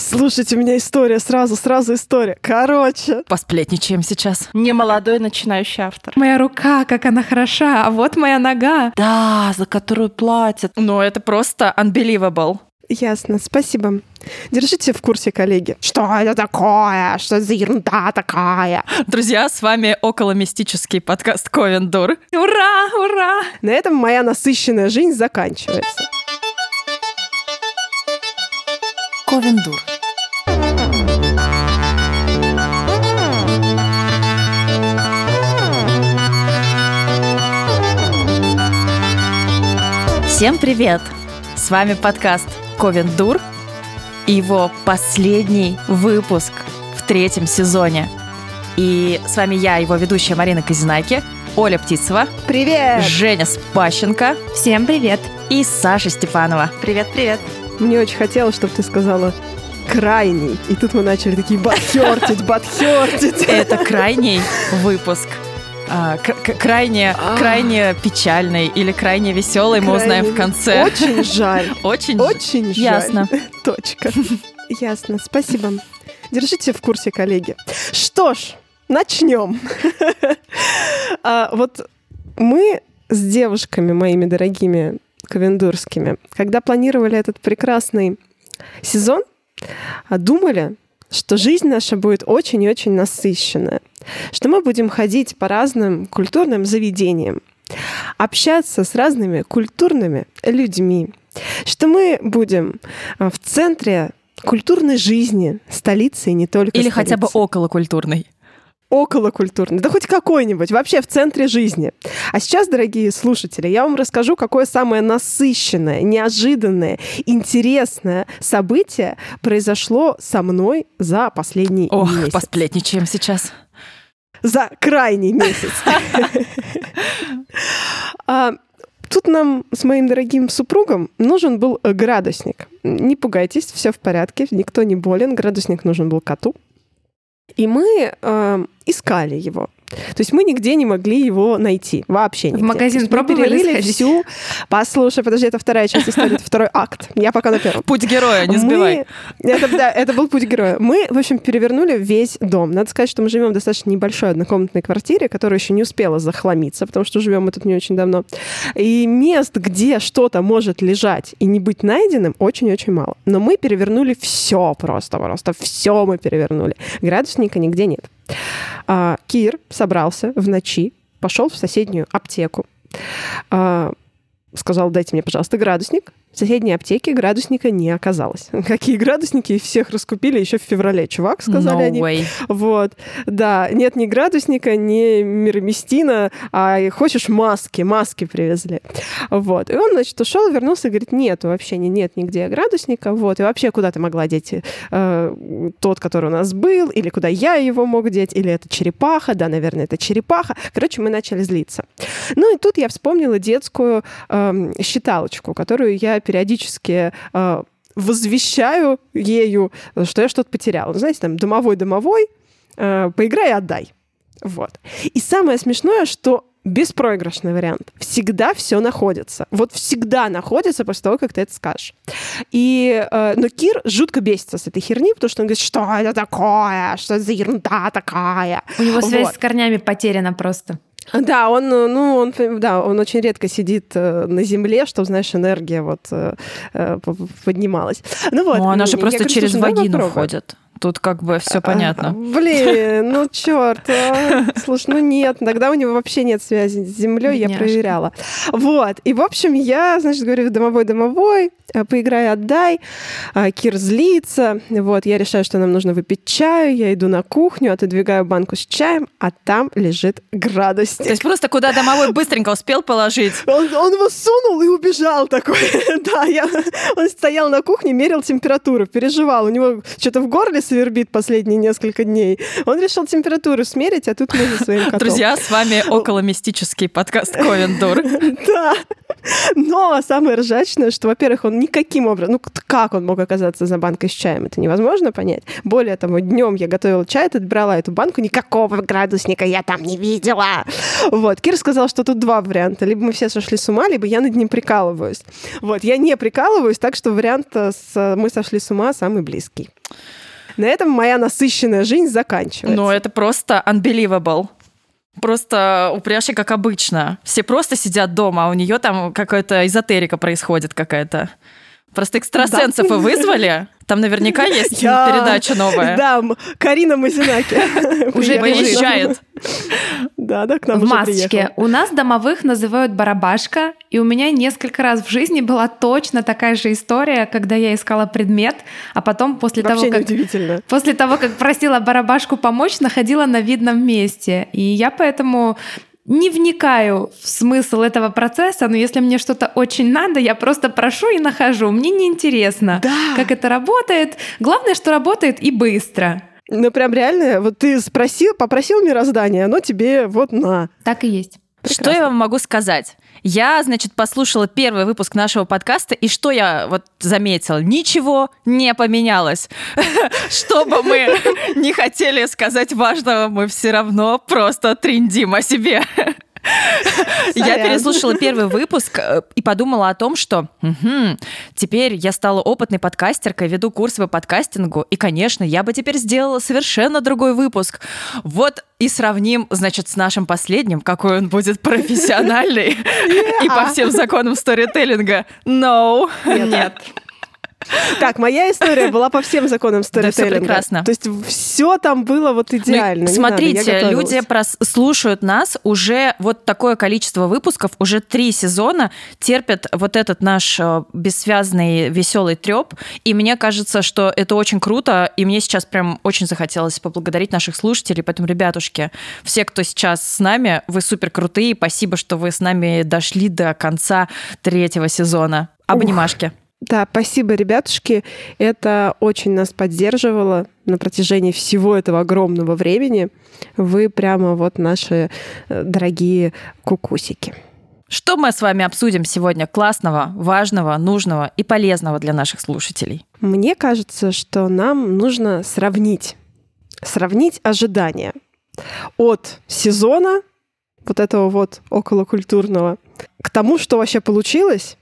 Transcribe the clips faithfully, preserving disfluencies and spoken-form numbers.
Слушайте, у меня история, сразу, сразу история. Короче. Посплетничаем сейчас. Немолодой начинающий автор. Моя рука, как она хороша, а вот моя нога. Да, за которую платят. Ну, это просто unbelievable. Ясно, спасибо. Держите в курсе, коллеги. Что это такое? Что за ерунда такая? Друзья, с вами околомистический подкаст Ковендур. Ура, ура! На этом моя насыщенная жизнь заканчивается. Ковендур. Всем привет! С вами подкаст Ковендур и его последний выпуск в третьем сезоне. И с вами я, его ведущая Марина Козинайки, Оля Птицева. Привет! Женя Спащенко. Всем привет! И Саша Степанова. Привет-привет. Мне очень хотелось, чтобы ты сказала крайний. И тут мы начали такие бадхёртить, бадхёртить. Это крайний выпуск. А, к- к- крайне, крайне печальный или крайне веселый мы узнаем в конце. Очень жаль. Очень, Очень жаль. Ясно. Точка. Ясно. Спасибо. Держите в курсе, коллеги. Что ж, начнем. А, вот мы с девушками, моими дорогими ковендурскими, когда планировали этот прекрасный сезон, думали, что жизнь наша будет очень и очень насыщенная, что мы будем ходить по разным культурным заведениям, общаться с разными культурными людьми, что мы будем в центре культурной жизни столицы и не только Или столицы. хотя бы околокультурный. Околокультурный, да хоть какой-нибудь, вообще в центре жизни. А сейчас, дорогие слушатели, я вам расскажу, какое самое насыщенное, неожиданное, интересное событие произошло со мной за последний Ох, месяц. посплетничаем сейчас. За крайний месяц. Тут нам с моим дорогим супругом нужен был градусник. Не пугайтесь, все в порядке, никто не болен, градусник нужен был коту. И мы э, искали его. То есть мы нигде не могли его найти. Вообще нигде. В магазин пробовали сходить? Всю... Послушай, подожди, это вторая часть истории, это второй акт. Я пока на первом. Путь героя, не сбивай. Мы... Это, да, это был путь героя. Мы, в общем, перевернули весь дом. Надо сказать, что мы живем в достаточно небольшой однокомнатной квартире, которая еще не успела захламиться, потому что живем мы тут не очень давно. И мест, где что-то может лежать и не быть найденным, очень-очень мало. Но мы перевернули все просто, просто все мы перевернули. Градусника нигде нет. А, Кир собрался в ночи, пошел в соседнюю аптеку, а, сказал: дайте мне, пожалуйста, градусник. В соседней аптеке градусника не оказалось. Какие градусники? Всех раскупили еще в феврале, чувак, сказали No они. way. Вот. Да, нет ни градусника, ни мироместина, а хочешь маски, маски привезли. Вот. И он, значит, ушел, вернулся и говорит: нет, вообще не, нет нигде градусника. Вот. И вообще куда ты могла деть э, тот, который у нас был, или куда я его мог деть, или это черепаха, да, наверное, это черепаха. Короче, мы начали злиться. Ну и тут я вспомнила детскую э, считалочку, которую я периодически э, возвещаю ею, что я что-то потеряла. Ну, знаете, там, домовой-домовой, э, поиграй и отдай. Вот. И самое смешное, что беспроигрышный вариант. Всегда все находится. Вот всегда находится после того, как ты это скажешь. И, э, но Кир жутко бесится с этой херни, потому что он говорит: что это такое? Что это за ерунда такая? У него связь вот. с корнями потеряна просто. Да, он, ну, он, да, он очень редко сидит э, на земле, чтобы, знаешь, энергия вот э, э, поднималась. Ну вот. Ну, она же я просто говорю: через слушай, вагину попробуй. входит. Тут как бы все понятно. А, блин, ну черт. А. Слушай, ну нет, тогда у него вообще нет связи с землей, я проверяла. Вот. И, в общем, я, значит, говорю: домовой-домовой, поиграй, отдай. А, Кир злится. Вот, я решаю, что нам нужно выпить чаю. Я иду на кухню, отодвигаю банку с чаем, а там лежит градусник. То есть просто куда домовой быстренько успел положить. Он, он его сунул и убежал такой. Да, я, он стоял на кухне, мерил температуру, переживал. У него что-то в горле свербит последние несколько дней. Он решил температуру смерить, а тут мы за своим котом. Друзья, с вами околомистический подкаст Ковендур. Да. Но самое ржачное, что, во-первых, он никаким образом... Ну, как он мог оказаться за банкой с чаем? Это невозможно понять. Более того, днем я готовила чай, тут брала эту банку, никакого градусника я там не видела. Вот. Кир сказал, что тут два варианта. Либо мы все сошли с ума, либо я над ним прикалываюсь. Вот. Я не прикалываюсь, так что вариант с «мы сошли с ума» самый близкий. На этом моя насыщенная жизнь заканчивается. Ну, это просто unbelievable. Просто упряжка, как обычно. Все просто сидят дома, а у нее там какая-то эзотерика происходит какая-то. Просто экстрасенсов да. и вызвали. Там наверняка есть Я... передача новая. Да, Карина Мазинаки. Уже выезжает. Да, да, к нам в уже маске. приехала. У нас домовых называют барабашка, и у меня несколько раз в жизни была точно такая же история, когда я искала предмет, а потом после Вообще того, как неудивительно. после того, как просила барабашку помочь, находила на видном месте. И я поэтому не вникаю в смысл этого процесса, но если мне что-то очень надо, я просто прошу и нахожу. Мне неинтересно, да. как это работает. Главное, что работает и быстро. Ну, прям реально, вот ты спросил, попросил мироздание, оно тебе вот на. Так и есть. Прекрасно. Что я вам могу сказать? Я, значит, послушала первый выпуск нашего подкаста, и что я вот заметила? Ничего не поменялось. Что бы мы не хотели сказать важного, мы все равно просто трендим о себе. Я переслушала первый выпуск и подумала о том, что угу, теперь я стала опытной подкастеркой, веду курсы по подкастингу, и, конечно, я бы теперь сделала совершенно другой выпуск. Вот и сравним, значит, с нашим последним, какой он будет профессиональный и по всем законам сторителлинга. No. Нет. Так, моя история была по всем законам сторителлинга. Да, все прекрасно. То есть все там было вот идеально. Ну, смотрите, надо, люди прос- слушают нас уже вот такое количество выпусков, уже три сезона терпят вот этот наш бессвязный веселый трёп, и мне кажется, что это очень круто, и мне сейчас прям очень захотелось поблагодарить наших слушателей, поэтому, ребятушки, все, кто сейчас с нами, вы супер крутые, спасибо, что вы с нами дошли до конца третьего сезона. Обнимашки. Ух. Да, спасибо, ребятушки. Это очень нас поддерживало на протяжении всего этого огромного времени. Вы прямо вот наши дорогие кукусики. Что мы с вами обсудим сегодня классного, важного, нужного и полезного для наших слушателей? Мне кажется, что нам нужно сравнить, сравнить ожидания от сезона вот этого вот околокультурного к тому, что вообще получилось.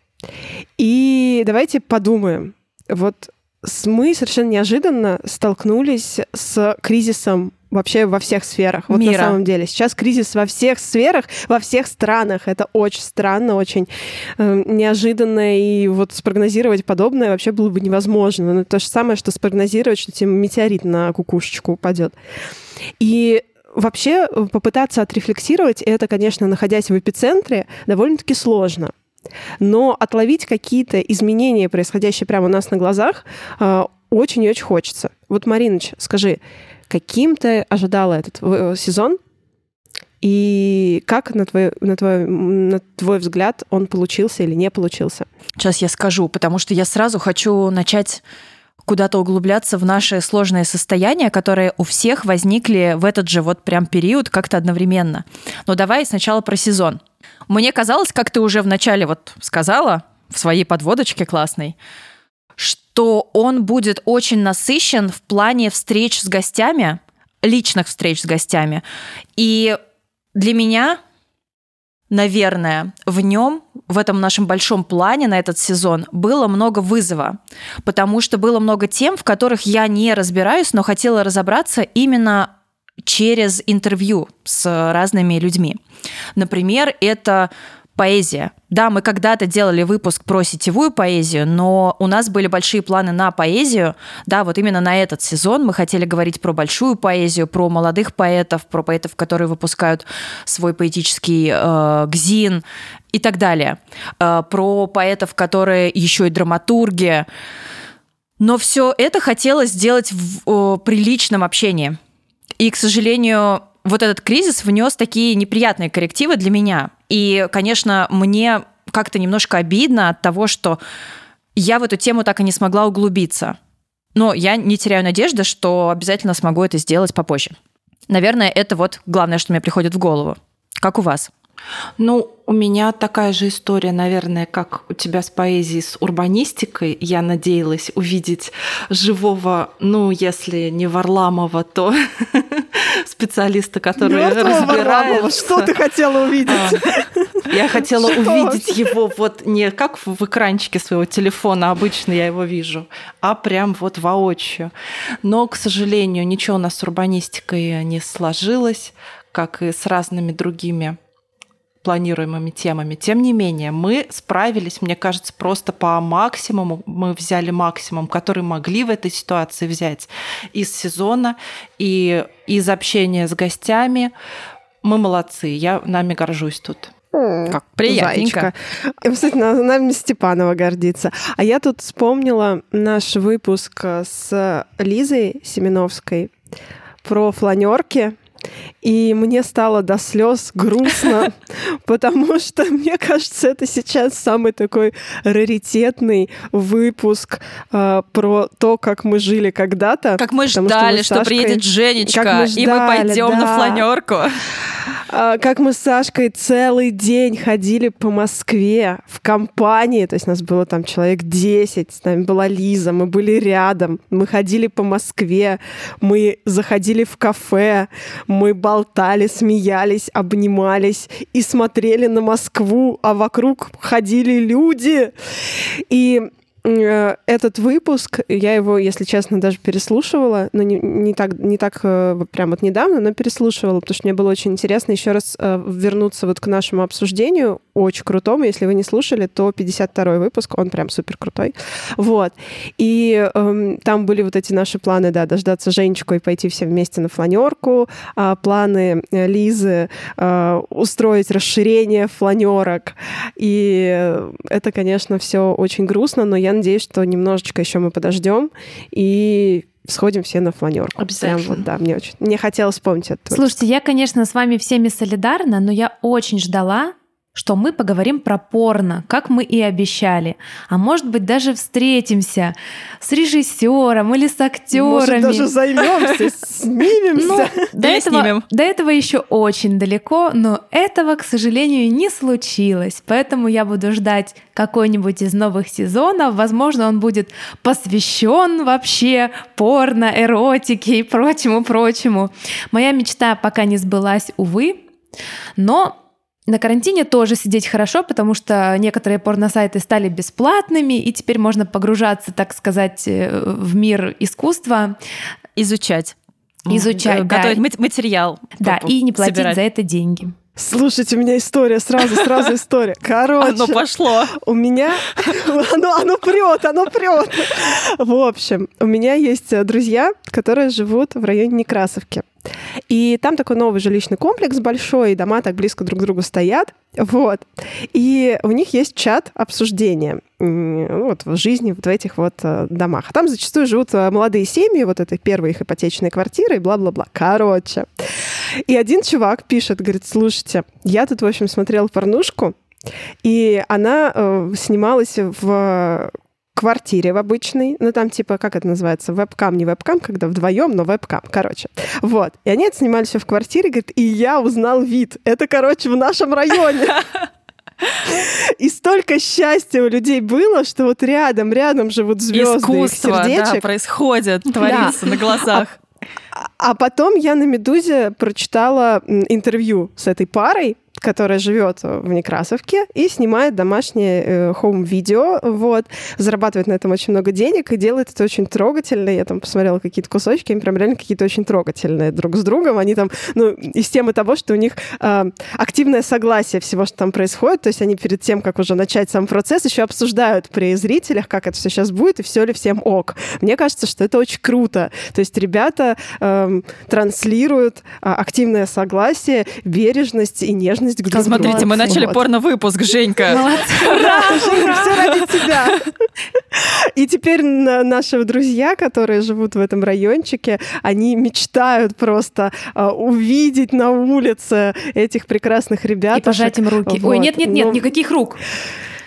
И давайте подумаем. Вот мы совершенно неожиданно столкнулись с кризисом вообще во всех сферах. Вот Мира. На самом деле. Сейчас кризис во всех сферах, во всех странах. Это очень странно, очень э, неожиданно. И вот спрогнозировать подобное вообще было бы невозможно. Но то же самое, что спрогнозировать, что тебе метеорит на кукушечку упадет. И вообще попытаться отрефлексировать это, конечно, находясь в эпицентре, довольно-таки сложно. Но отловить какие-то изменения, происходящие прямо у нас на глазах, очень и очень хочется. Вот, Мариныч, скажи, каким ты ожидала этот сезон? И как, на твой, на, твой, на твой взгляд, он получился или не получился? Сейчас я скажу, потому что я сразу хочу начать куда-то углубляться в наши сложные состояния, которые у всех возникли в этот же вот прям период как-то одновременно. Но давай сначала про сезон. Мне казалось, как ты уже вначале вот сказала, в своей подводочке классной, что он будет очень насыщен в плане встреч с гостями, личных встреч с гостями. И для меня, наверное, в нем, в этом нашем большом плане на этот сезон было много вызова, потому что было много тем, в которых я не разбираюсь, но хотела разобраться именно через интервью с разными людьми. Например, это поэзия. Да, мы когда-то делали выпуск про сетевую поэзию, но у нас были большие планы на поэзию. Да, вот именно на этот сезон мы хотели говорить про большую поэзию, про молодых поэтов, про поэтов, которые выпускают свой поэтический э, гзин и так далее. Э, про поэтов, которые еще и драматурги. Но все это хотелось сделать в э, приличном общении. И, к сожалению, вот этот кризис внес такие неприятные коррективы для меня. И, конечно, мне как-то немножко обидно от того, что я в эту тему так и не смогла углубиться. Но я не теряю надежды, что обязательно смогу это сделать попозже. Наверное, это вот главное, что мне приходит в голову. Как у вас? Ну, у меня такая же история, наверное, как у тебя с поэзией, с урбанистикой. Я надеялась увидеть живого, ну, если не Варламова, то специалиста, который Мёртвого разбирается. Варламова. Что ты хотела увидеть? Я хотела увидеть его вот не как в экранчике своего телефона, обычно я его вижу, а прям вот воочию. Но, к сожалению, ничего у нас с урбанистикой не сложилось, как и с разными другими планируемыми темами. Тем не менее, мы справились, мне кажется, просто по максимуму. Мы взяли максимум, который могли в этой ситуации взять из сезона и из общения с гостями. Мы молодцы, я нами горжусь тут. Как приятненько. И, кстати, нами Степанова гордится. А я тут вспомнила наш выпуск с Лизой Семеновской про фланерки. И мне стало до слез грустно, потому что, мне кажется, это сейчас самый такой раритетный выпуск э, про то, как мы жили когда-то. Как мы ждали, что, что приедет Женечка, мы ждали, и мы пойдем да. на фланерку. Э, как мы с Сашкой целый день ходили по Москве в компании, то есть нас было там человек десять, с нами была Лиза, мы были рядом, мы ходили по Москве, мы заходили в кафе, мы болтали, смеялись, обнимались и смотрели на Москву, а вокруг ходили люди. И э, этот выпуск, я его, если честно, даже переслушивала, но не, не так, не так э, прям вот недавно, но переслушивала, потому что мне было очень интересно еще раз э, вернуться вот к нашему обсуждению, очень крутому. Если вы не слушали, то пятьдесят второй выпуск, он прям супер крутой. Вот. И э, там были вот эти наши планы, да, дождаться Женечку и пойти все вместе на фланерку, э, планы Лизы э, устроить расширение фланерок. И это, конечно, все очень грустно, но я надеюсь, что немножечко еще мы подождем и сходим все на фланерку. Обязательно. Прям вот, да, мне очень... Мне хотелось вспомнить это. Слушайте, я, конечно, с вами всеми солидарна, но я очень ждала, что мы поговорим про порно, как мы и обещали. А может быть, даже встретимся с режиссером или с актерами. Может, даже займемся, снимемся. Ну, до, этого, до этого еще очень далеко, но этого, к сожалению, не случилось. Поэтому я буду ждать какой-нибудь из новых сезонов. Возможно, он будет посвящен вообще порно, эротике и прочему-прочему. Моя мечта пока не сбылась, увы. Но на карантине тоже сидеть хорошо, потому что некоторые порносайты стали бесплатными, и теперь можно погружаться, так сказать, в мир искусства. Изучать. Изучать, да. Готовить материал. Да, и не платить собирать за это деньги. Слушайте, у меня история, сразу, сразу история. Короче. Оно пошло. У меня... Оно, оно прет, оно прет. В общем, у меня есть друзья, которые живут в районе Некрасовки. И там такой новый жилищный комплекс большой, и дома так близко друг к другу стоят. Вот. И у них есть чат обсуждения вот, в жизни вот в этих вот домах. А там зачастую живут молодые семьи, вот это первые их ипотечные квартиры и бла-бла-бла. Короче. И один чувак пишет, говорит, слушайте, я тут, в общем, смотрела порнушку, и она э, снималась в квартире в обычной, ну там типа, как это называется, вебкам, не вебкам, когда вдвоем, но вебкам, короче. Вот. И они отснимали все в квартире, говорит, и я узнал вид. Это, короче, в нашем районе. И столько счастья у людей было, что вот рядом, рядом живут звезды Искусство, их сердечек. Да, происходит, творится да. на глазах. А, а потом я на «Медузе» прочитала интервью с этой парой, которая живет в Некрасовке и снимает домашнее хоум-видео, вот, зарабатывает на этом очень много денег и делает это очень трогательно. Я там посмотрела какие-то кусочки, они прям реально какие-то очень трогательные друг с другом. Они там, ну, из темы того, что у них э, активное согласие всего, что там происходит, то есть они перед тем, как уже начать сам процесс, еще обсуждают при зрителях, как это все сейчас будет и все ли всем ок. Мне кажется, что это очень круто. То есть ребята э, транслируют э, активное согласие, бережность и нежность. Смотрите, мы начали вот. порно-выпуск, Женька. Молодцы. Ура, Женька, все ради тебя. И теперь наши друзья, которые живут в этом райончике, они мечтают просто uh, увидеть на улице этих прекрасных ребят. И пожать им руки. Вот. Ой, нет-нет-нет, Но... никаких рук.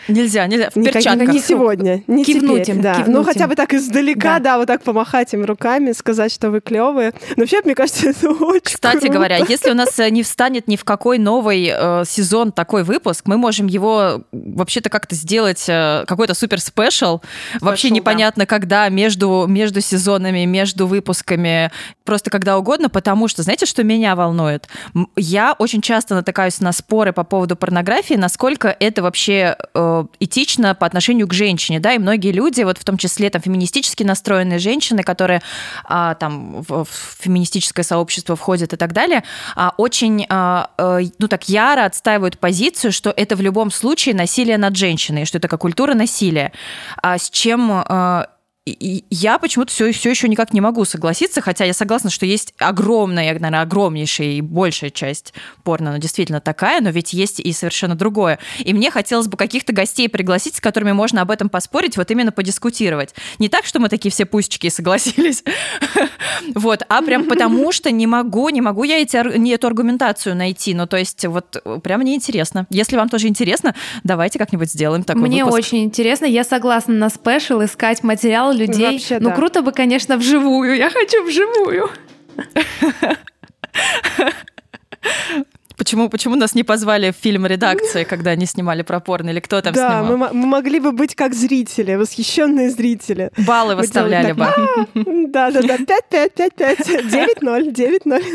Нельзя, нельзя. В Никак- перчатках. Не сегодня, не Кивнуть теперь, им, да. кивнуть Ну, им. хотя бы так издалека, Да. да. вот так помахать им руками, сказать, что вы клевые. Но вообще, мне кажется, это очень Кстати круто. говоря, если у нас э, не встанет ни в какой новый э, сезон такой выпуск, мы можем его вообще-то как-то сделать э, какой-то супер спешл. Вообще да. непонятно, когда, между, между сезонами, между выпусками, просто когда угодно, потому что, знаете, что меня волнует? М, Я очень часто натыкаюсь на споры по поводу порнографии, насколько это вообще э, этично по отношению к женщине, да, и многие люди, вот в том числе там феминистически настроенные женщины, которые а, там в, в феминистическое сообщество входят и так далее, а, очень, а, а, ну так, яро отстаивают позицию, что это в любом случае насилие над женщиной, что это как культура насилия, а, с чем... а, и я почему-то все, все еще никак не могу согласиться, хотя я согласна, что есть огромная, наверное, огромнейшая и большая часть порно, но действительно такая, но ведь есть и совершенно другое. И мне хотелось бы каких-то гостей пригласить, с которыми можно об этом поспорить, вот именно подискутировать. Не так, что мы такие все пусечки и согласились, вот, а прям потому, что не могу, не могу я эти, не эту аргументацию найти. Ну, то есть вот прям мне интересно. Если вам тоже интересно, давайте как-нибудь сделаем такой Мне выпуск. очень интересно. Я согласна на спешл искать материал людей. Вообще, ну, да. круто бы, конечно, вживую. Я хочу вживую. Почему, почему нас не позвали в фильм редакции, когда они снимали про порно, или кто там Да, снимал? мы, мо- мы могли бы быть как зрители, восхищенные зрители. Баллы Мы выставляли делали бы. Да, да, да. пять пять пять пять девять ноль девять ноль.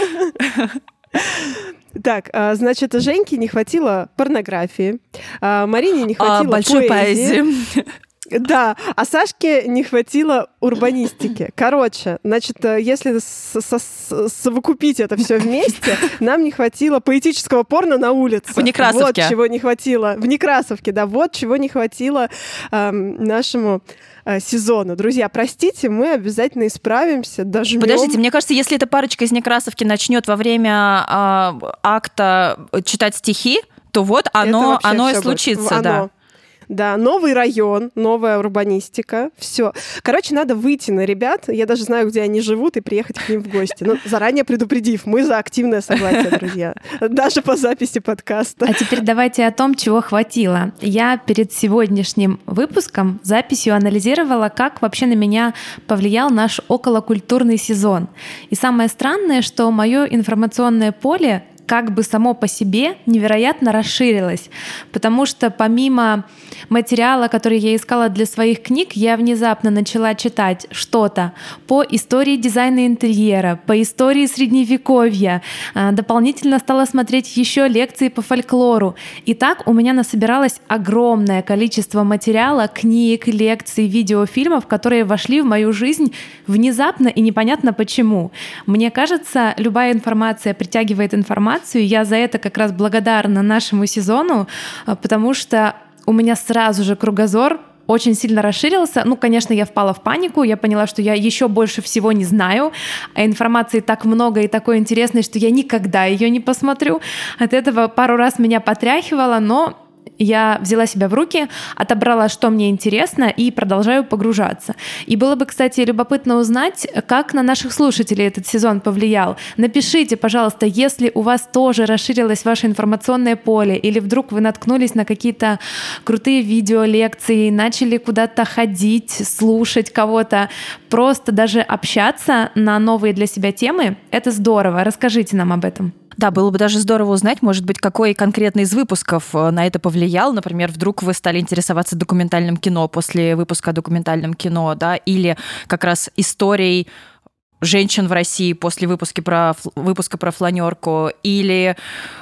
Так, а, значит, Женьке не хватило порнографии, а, Марине не А, хватило большой поэзии. поэзии. Да, а Сашке не хватило урбанистики. Короче, значит, э, если с- со- с- совокупить это все вместе, нам не хватило поэтического порно на улице. В Некрасовке. Вот чего не хватило. В Некрасовке, да, вот чего не хватило эм, нашему э, сезону. Друзья, простите, мы обязательно исправимся, дожмем. Подождите, мне кажется, если эта парочка из Некрасовки начнет во время а, акта читать стихи, то вот Это оно, вообще оно и всё будет. случится, Оно. да. Да, новый район, новая урбанистика, все. Короче, надо выйти на ребят, я даже знаю, где они живут, и приехать к ним в гости. Ну, заранее предупредив, мы за активное согласие, друзья. Даже по записи подкаста. А теперь давайте о том, чего хватило. Я перед сегодняшним выпуском, записью анализировала, как вообще на меня повлиял наш околокультурный сезон. И самое странное, что мое информационное поле как бы само по себе невероятно расширилось, потому что помимо материала, который я искала для своих книг, я внезапно начала читать что-то по истории дизайна интерьера, по истории Средневековья, дополнительно стала смотреть еще лекции по фольклору. И так у меня насобиралось огромное количество материала, книг, лекций, видеофильмов, которые вошли в мою жизнь внезапно и непонятно почему. Мне кажется, любая информация притягивает информацию, я за это как раз благодарна нашему сезону, потому что у меня сразу же кругозор очень сильно расширился. Ну, конечно, я впала в панику, я поняла, что я еще больше всего не знаю, а информации так много и такой интересной, что я никогда ее не посмотрю. От этого пару раз меня потряхивало, но я взяла себя в руки, отобрала, что мне интересно, и продолжаю погружаться. И было бы, кстати, любопытно узнать, как на наших слушателей этот сезон повлиял. Напишите, пожалуйста, если у вас тоже расширилось ваше информационное поле, или вдруг вы наткнулись на какие-то крутые видеолекции, начали куда-то ходить, слушать кого-то, просто даже общаться на новые для себя темы. Это здорово. Расскажите нам об этом. Да, было бы даже здорово узнать, может быть, какой конкретно из выпусков на это повлиял. Например, вдруг вы стали интересоваться документальным кино после выпуска о документальном кино, да, или как раз историей женщин в России после выпуска про, выпуска про фланерку, или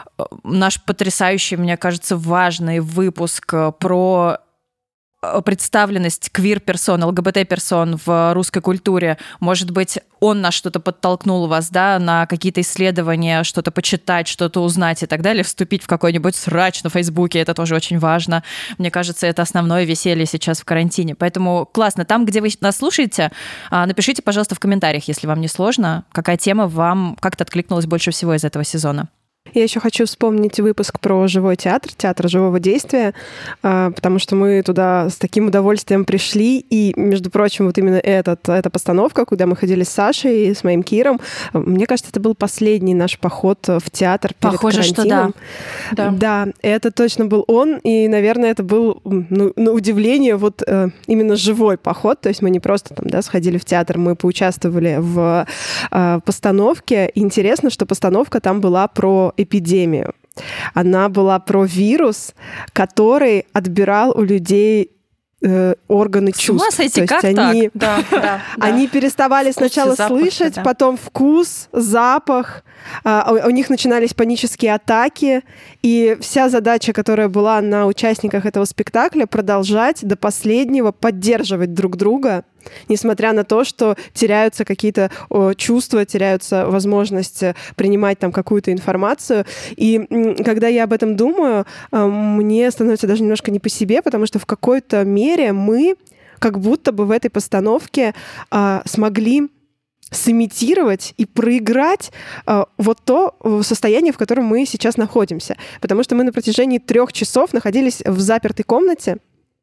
наш потрясающий, мне кажется, важный выпуск про представленность квир-персон, ЛГБТ-персон в русской культуре. Может быть, он на что-то подтолкнул вас, да, на какие-то исследования, что-то почитать, что-то узнать и так далее, вступить в какой-нибудь срач на Фейсбуке, это тоже очень важно. Мне кажется, это основное веселье сейчас в карантине. Поэтому классно. Там, где вы нас слушаете, напишите, пожалуйста, в комментариях, если вам не сложно, какая тема вам как-то откликнулась больше всего из этого сезона. Я еще хочу вспомнить выпуск про живой театр, театр живого действия, потому что мы туда с таким удовольствием пришли, и, между прочим, вот именно этот, эта постановка, куда мы ходили с Сашей и с моим Киром, мне кажется, это был последний наш поход в театр перед Похоже, карантином. что да. Да. Да, это точно был он, и, наверное, это был, ну, на удивление, вот именно живой поход, то есть мы не просто там, да, сходили в театр, мы поучаствовали в постановке. Интересно, что постановка там была про эпидемию. Она была про вирус, который отбирал у людей э, органы чувств. С ума сойти, как они, так? Да, да, они да. переставали Вкус сначала запах, слышать, да. потом вкус, запах. А, у, у них начинались панические атаки. И вся задача, которая была на участниках этого спектакля, продолжать до последнего поддерживать друг друга, несмотря на то, что теряются какие-то о, чувства, теряются возможность принимать там какую-то информацию. И м, когда я об этом думаю, э, мне становится даже немножко не по себе, потому что в какой-то мере мы как будто бы в этой постановке э, смогли сымитировать и проиграть э, вот то состояние, в котором мы сейчас находимся. Потому что мы на протяжении трех часов находились в запертой комнате.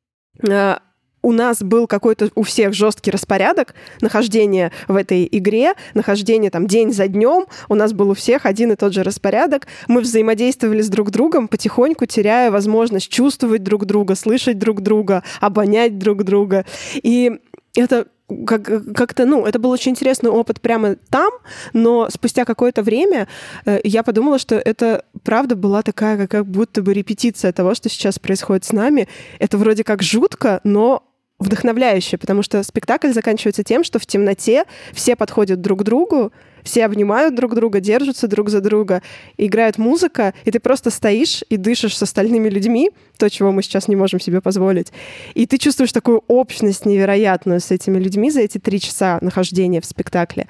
Э, У нас был какой-то у всех жесткий распорядок нахождения в этой игре, нахождение там день за днем. У нас был у всех один и тот же распорядок. Мы взаимодействовали с друг другом, потихоньку теряя возможность чувствовать друг друга, слышать друг друга, обонять друг друга. И это как- как-то, ну, это был очень интересный опыт прямо там, но спустя какое-то время э, я подумала, что это правда была такая, как, как будто бы репетиция того, что сейчас происходит с нами. Это вроде как жутко, но вдохновляюще, потому что спектакль заканчивается тем, что в темноте все подходят друг к другу, все обнимают друг друга, держатся друг за друга, играет музыка, и ты просто стоишь и дышишь с остальными людьми, то, чего мы сейчас не можем себе позволить. И ты чувствуешь такую общность невероятную с этими людьми за эти три часа нахождения в спектакле.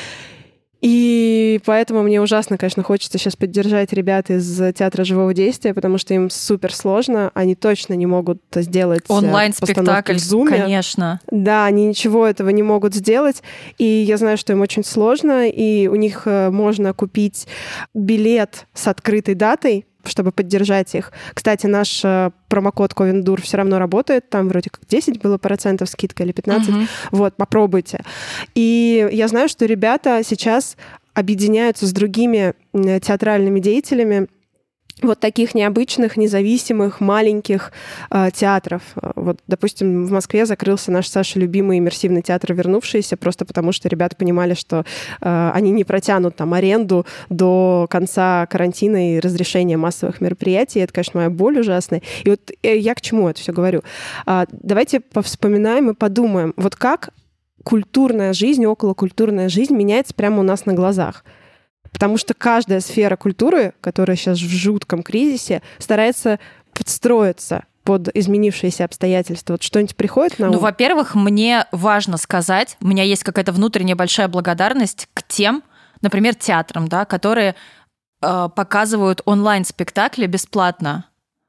И поэтому мне ужасно, конечно, хочется сейчас поддержать ребят из театра живого действия, потому что им супер сложно, они точно не могут сделать онлайн-спектакль, в Zoom. конечно. Да, они ничего этого не могут сделать, и я знаю, что им очень сложно, и у них можно купить билет с открытой датой, чтобы поддержать их. Кстати, наш э, промокод Ковенdur все равно работает. Там вроде как десять было процентов скидка или пятнадцать. Uh-huh. Вот, попробуйте. И я знаю, что ребята сейчас объединяются с другими театральными деятелями вот таких необычных, независимых, маленьких э, театров. Вот, допустим, в Москве закрылся наш Саша любимый иммерсивный театр «Вернувшиеся», просто потому что ребята понимали, что э, они не протянут там аренду до конца карантина и разрешения массовых мероприятий. Это, конечно, моя боль ужасная. И вот э, я к чему это все говорю? А, давайте повспоминаем и подумаем, вот как культурная жизнь, околокультурная жизнь меняется прямо у нас на глазах. Потому что каждая сфера культуры, которая сейчас в жутком кризисе, старается подстроиться под изменившиеся обстоятельства. Вот что-нибудь приходит на ум? Ну, во-первых, мне важно сказать, у меня есть какая-то внутренняя большая благодарность к тем, например, театрам, да, которые э, показывают онлайн-спектакли бесплатно.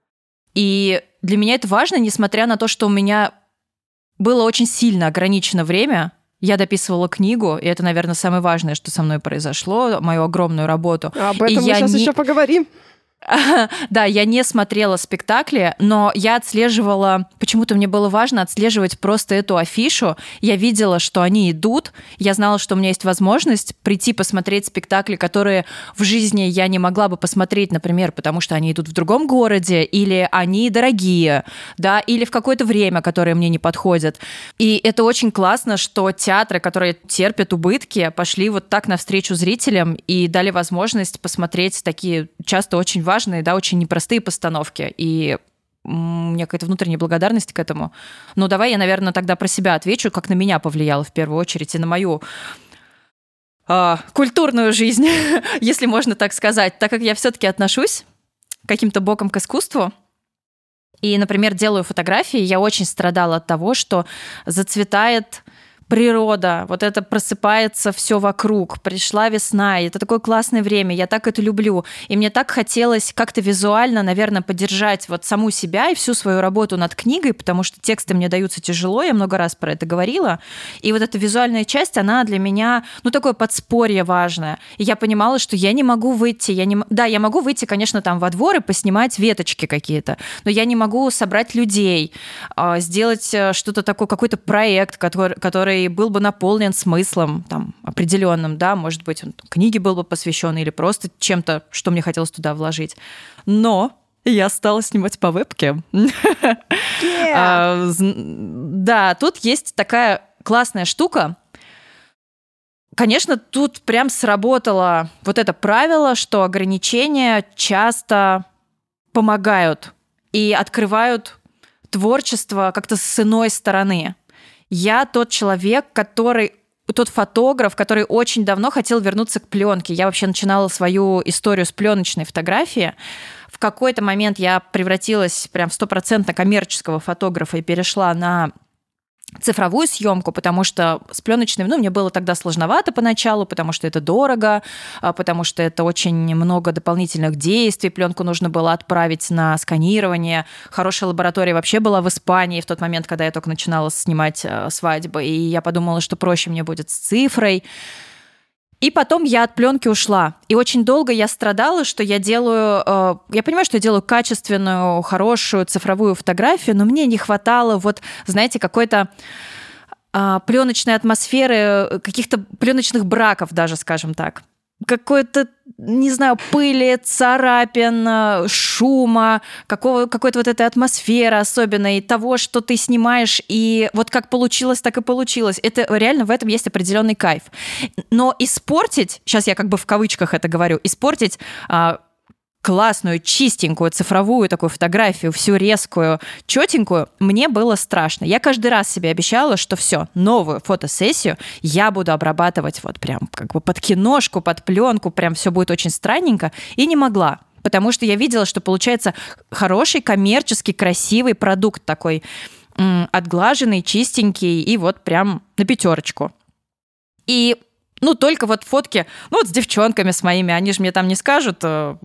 И для меня это важно, несмотря на то, что у меня было очень сильно ограничено время. Я дописывала книгу, и это, наверное, самое важное, что со мной произошло, мою огромную работу. Об этом и мы сейчас не... еще поговорим. Да, я не смотрела спектакли, но я отслеживала, почему-то мне было важно отслеживать просто эту афишу. Я видела, что они идут, я знала, что у меня есть возможность прийти посмотреть спектакли, которые в жизни я не могла бы посмотреть, например, потому что они идут в другом городе, или они дорогие, да, или в какое-то время, которое мне не подходит. И это очень классно, что театры, которые терпят убытки, пошли вот так навстречу зрителям и дали возможность посмотреть такие часто очень важные важные, да, очень непростые постановки. И у меня какая-то внутренняя благодарность к этому. Ну, давай я, наверное, тогда про себя отвечу, как на меня повлияло в первую очередь и на мою э, культурную жизнь, если можно так сказать, так как я все-таки отношусь каким-то боком к искусству. И, например, делаю фотографии, я очень страдала от того, что зацветает природа, вот это просыпается все вокруг, пришла весна, и это такое классное время, я так это люблю. И мне так хотелось как-то визуально, наверное, поддержать вот саму себя и всю свою работу над книгой, потому что тексты мне даются тяжело, я много раз про это говорила. И вот эта визуальная часть, она для меня, ну, такое подспорье важное. И я понимала, что я не могу выйти, я не... да, я могу выйти, конечно, там во двор и поснимать веточки какие-то, но я не могу собрать людей, сделать что-то такое, какой-то проект, который, который был бы наполнен смыслом там, определенным, да, может быть, он книге был бы посвящен или просто чем-то, что мне хотелось туда вложить. Но я стала снимать по вебке. Yeah. Да, тут есть такая классная штука. Конечно, тут прям сработало вот это правило, что ограничения часто помогают и открывают творчество как-то с иной стороны. Я тот человек, который, тот фотограф, который очень давно хотел вернуться к пленке. Я вообще начинала свою историю с пленочной фотографии. В какой-то момент я превратилась прям в стопроцентно коммерческого фотографа и перешла на цифровую съемку, потому что с пленочной, ну, мне было тогда сложновато поначалу, потому что это дорого, потому что это очень много дополнительных действий, пленку нужно было отправить на сканирование. Хорошая лаборатория вообще была в Испании в тот момент, когда я только начинала снимать свадьбы, и я подумала, что проще мне будет с цифрой. И потом я от пленки ушла. И очень долго я страдала, что я делаю... Э, я понимаю, что я делаю качественную, хорошую цифровую фотографию, но мне не хватало, вот, знаете, какой-то э, пленочной атмосферы, каких-то пленочных браков даже, скажем так. Какой-то, не знаю, пыли, царапин, шума, какого, какой-то вот этой атмосферы особенной, того, что ты снимаешь, и вот как получилось, так и получилось. Это реально в этом есть определенный кайф. Но испортить, сейчас я как бы в кавычках это говорю, испортить а, классную, чистенькую, цифровую такую фотографию, всю резкую, четенькую, мне было страшно. Я каждый раз себе обещала, что все, новую фотосессию я буду обрабатывать вот прям как бы под киношку, под пленку, прям все будет очень странненько, и не могла. Потому что я видела, что получается хороший, коммерческий, красивый продукт такой, м- отглаженный, чистенький, и вот прям на пятерочку. И ну, только вот фотки, ну, вот с девчонками с моими, они же мне там не скажут, что,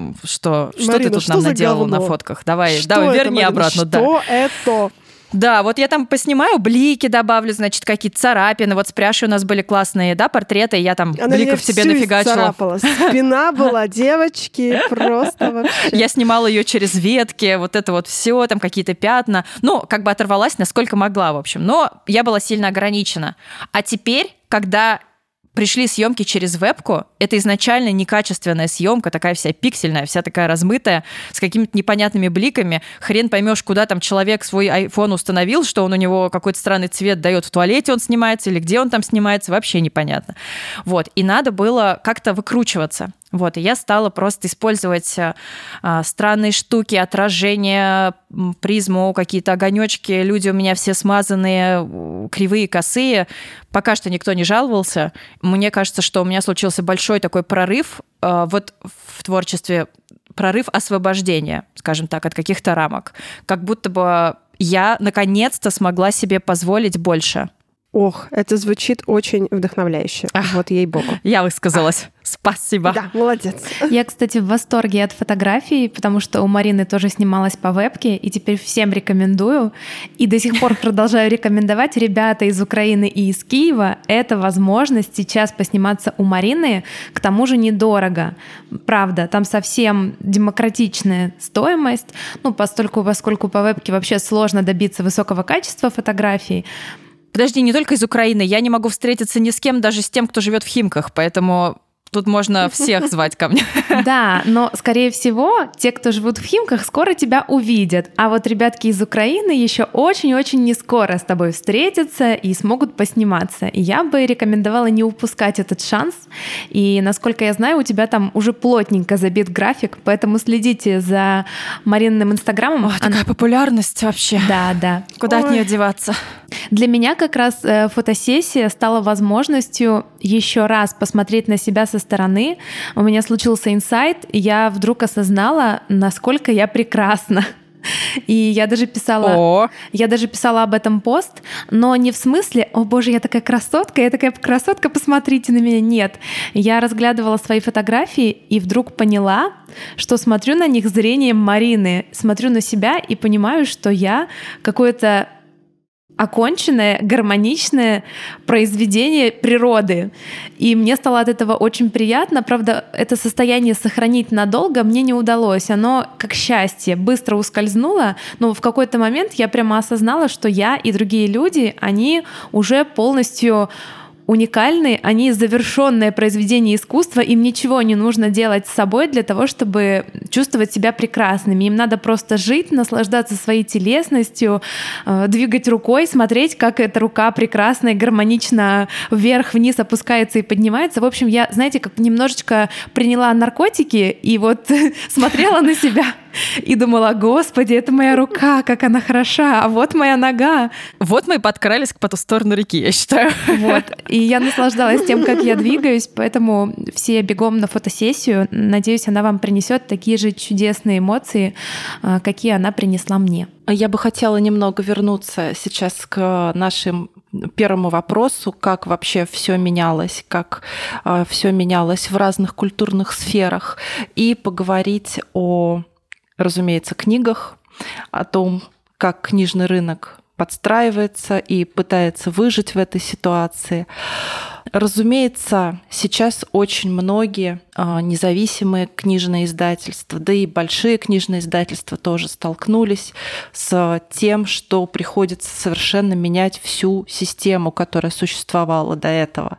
что Марина, ты тут что нам за наделала говно? на фотках. Давай, Что давай, это, верни Марина, обратно. Что да. это? Да, вот я там поснимаю, блики добавлю, значит, какие-то царапины. Вот с Пряшей у нас были классные, да, портреты, и я там Она бликов себе нафигачила. Царапала. Спина была, девочки, просто вообще. Я снимала ее через ветки, вот это вот все, там какие-то пятна. Ну, как бы оторвалась, насколько могла, в общем. Но я была сильно ограничена. А теперь, когда пришли съемки через вебку, это изначально некачественная съемка, такая вся пиксельная, вся такая размытая, с какими-то непонятными бликами. Хрен поймешь, куда там человек свой iPhone установил, что он у него какой-то странный цвет дает, в туалете он снимается или где он там снимается, вообще непонятно. Вот. И надо было как-то выкручиваться. Вот, и я стала просто использовать а, странные штуки, отражения, призму, какие-то огонечки. Люди у меня все смазанные, кривые, косые. Пока что никто не жаловался. Мне кажется, что у меня случился большой такой прорыв а, вот в творчестве, прорыв освобождения, скажем так, от каких-то рамок. Как будто бы я наконец-то смогла себе позволить больше. Ох, это звучит очень вдохновляюще. Ах, вот ей-богу. Я высказалась. Ах. Спасибо. Да, молодец. Я, кстати, в восторге от фотографий, потому что у Марины тоже снималась по вебке, и теперь всем рекомендую. И до сих пор продолжаю рекомендовать. Ребята из Украины и из Киева, это возможность сейчас посниматься у Марины, к тому же недорого. Правда, там совсем демократичная стоимость, ну, поскольку, поскольку по вебке вообще сложно добиться высокого качества фотографий. Подожди, не только из Украины. Я не могу встретиться ни с кем, даже с тем, кто живет в Химках, поэтому тут можно всех звать ко мне. Да, но, скорее всего, те, кто живут в Химках, скоро тебя увидят. А вот ребятки из Украины еще очень-очень не скоро с тобой встретятся и смогут посниматься. И я бы рекомендовала не упускать этот шанс. И, насколько я знаю, у тебя там уже плотненько забит график, поэтому следите за Марининым инстаграмом. О, такая Она... популярность вообще. Да, да. Куда Ой. От нее деваться? Для меня как раз фотосессия стала возможностью еще раз посмотреть на себя со стороны. У меня случился инсайт, и я вдруг осознала, насколько я прекрасна. И я даже писала, О. я даже писала об этом пост, но не в смысле, о боже, я такая красотка, я такая красотка, посмотрите на меня. Нет, я разглядывала свои фотографии и вдруг поняла, что смотрю на них зрением Марины, смотрю на себя и понимаю, что я какое-то оконченное, гармоничное произведение природы. И мне стало от этого очень приятно. Правда, это состояние сохранить надолго мне не удалось. Оно, как счастье, быстро ускользнуло, но в какой-то момент я прямо осознала, что я и другие люди, они уже полностью уникальны, они завершенное произведение искусства, им ничего не нужно делать с собой для того, чтобы чувствовать себя прекрасными. Им надо просто жить, наслаждаться своей телесностью, э, двигать рукой, смотреть, как эта рука прекрасно и гармонично вверх-вниз опускается и поднимается. В общем, я, знаете, как немножечко приняла наркотики и вот смотрела на себя и думала: Господи, это моя рука, как она хороша, а вот моя нога. Вот мы и подкрались к по ту сторону реки, я считаю. Вот. И я наслаждалась тем, как я двигаюсь, поэтому все бегом на фотосессию. Надеюсь, она вам принесет такие же чудесные эмоции, какие она принесла мне. Я бы хотела немного вернуться сейчас к нашему первому вопросу, как вообще все менялось, как все менялось в разных культурных сферах, и поговорить о, разумеется, книгах, о том, как книжный рынок подстраивается и пытается выжить в этой ситуации. Разумеется, сейчас очень многие независимые книжные издательства, да и большие книжные издательства тоже столкнулись с тем, что приходится совершенно менять всю систему, которая существовала до этого.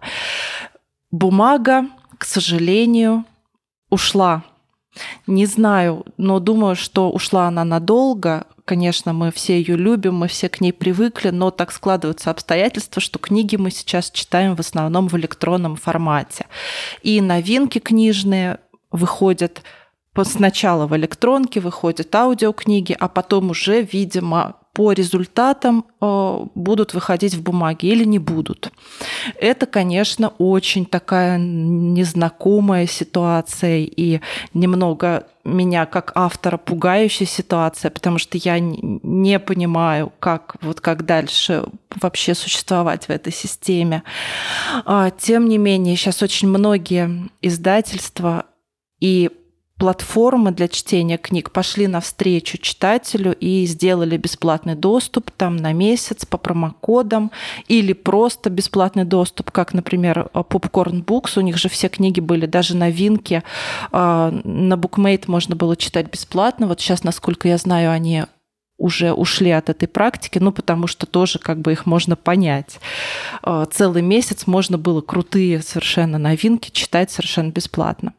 Бумага, к сожалению, ушла. Не знаю, но думаю, что ушла она надолго. Конечно, мы все ее любим, мы все к ней привыкли, но так складываются обстоятельства, что книги мы сейчас читаем в основном в электронном формате. И новинки книжные выходят сначала в электронке, выходят аудиокниги, а потом уже, видимо, по результатам будут выходить в бумаге или не будут. Это, конечно, очень такая незнакомая ситуация и немного меня как автора пугающая ситуация, потому что я не понимаю, как, вот как дальше вообще существовать в этой системе. Тем не менее, сейчас очень многие издательства и платформы для чтения книг пошли навстречу читателю и сделали бесплатный доступ там на месяц по промокодам или просто бесплатный доступ, как, например, Popcorn Books. У них же все книги были, даже новинки. На BookMate можно было читать бесплатно. Вот сейчас, насколько я знаю, они уже ушли от этой практики, ну, потому что тоже как бы их можно понять. Целый месяц можно было крутые совершенно новинки читать совершенно бесплатно.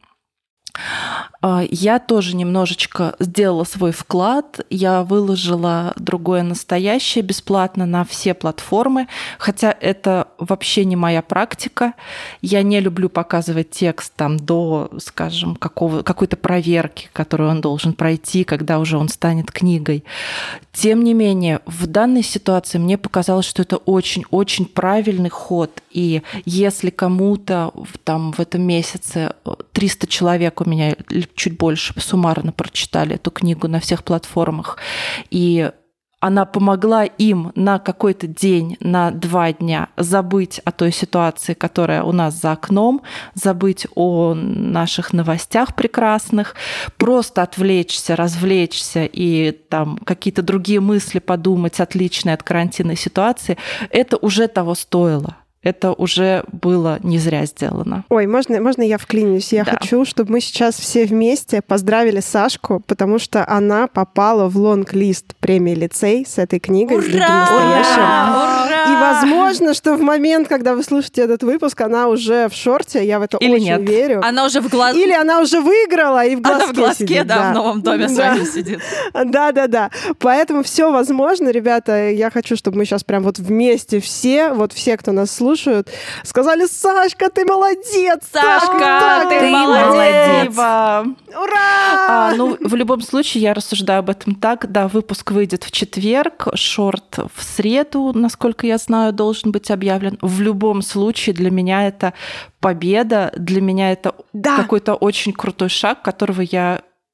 Я тоже немножечко сделала свой вклад. Я выложила «Другое настоящее» бесплатно на все платформы, хотя это вообще не моя практика. Я не люблю показывать текст там до, скажем, какого, какой-то проверки, которую он должен пройти, когда уже он станет книгой. Тем не менее, в данной ситуации мне показалось, что это очень-очень правильный ход. И если кому-то там в этом месяце триста человек у меня чуть больше суммарно прочитали эту книгу на всех платформах, и она помогла им на какой-то день, на два дня забыть о той ситуации, которая у нас за окном, забыть о наших новостях прекрасных, просто отвлечься, развлечься и там какие-то другие мысли подумать, отличные от карантинной ситуации, это уже того стоило. Это уже было не зря сделано. Ой, можно, можно я вклинюсь? Я да. хочу, чтобы мы сейчас все вместе поздравили Сашку, потому что она попала в лонг-лист премии «Лицей» с этой книгой. Ура! С «Другим настоящим». Ура! И возможно, что в момент, когда вы слушаете этот выпуск, она уже в шорте, я в это Или очень нет. верю. Она уже в глаз... Или она уже выиграла и в глазке Она в глазке, сидит, да, да, в новом доме да. своем сидит. Да-да-да. Поэтому все возможно, ребята. Я хочу, чтобы мы сейчас прям вот вместе все, вот все, кто нас слушают, сказали: Сашка, ты молодец! Сашка, так, ты так, молодец! Ура! А, ну, в любом случае, я рассуждаю об этом так. Да, выпуск выйдет в четверг, шорт в среду, насколько я знаю, должен быть объявлен. В любом случае, для меня это победа, для меня это да. какой-то очень крутой шаг, которого я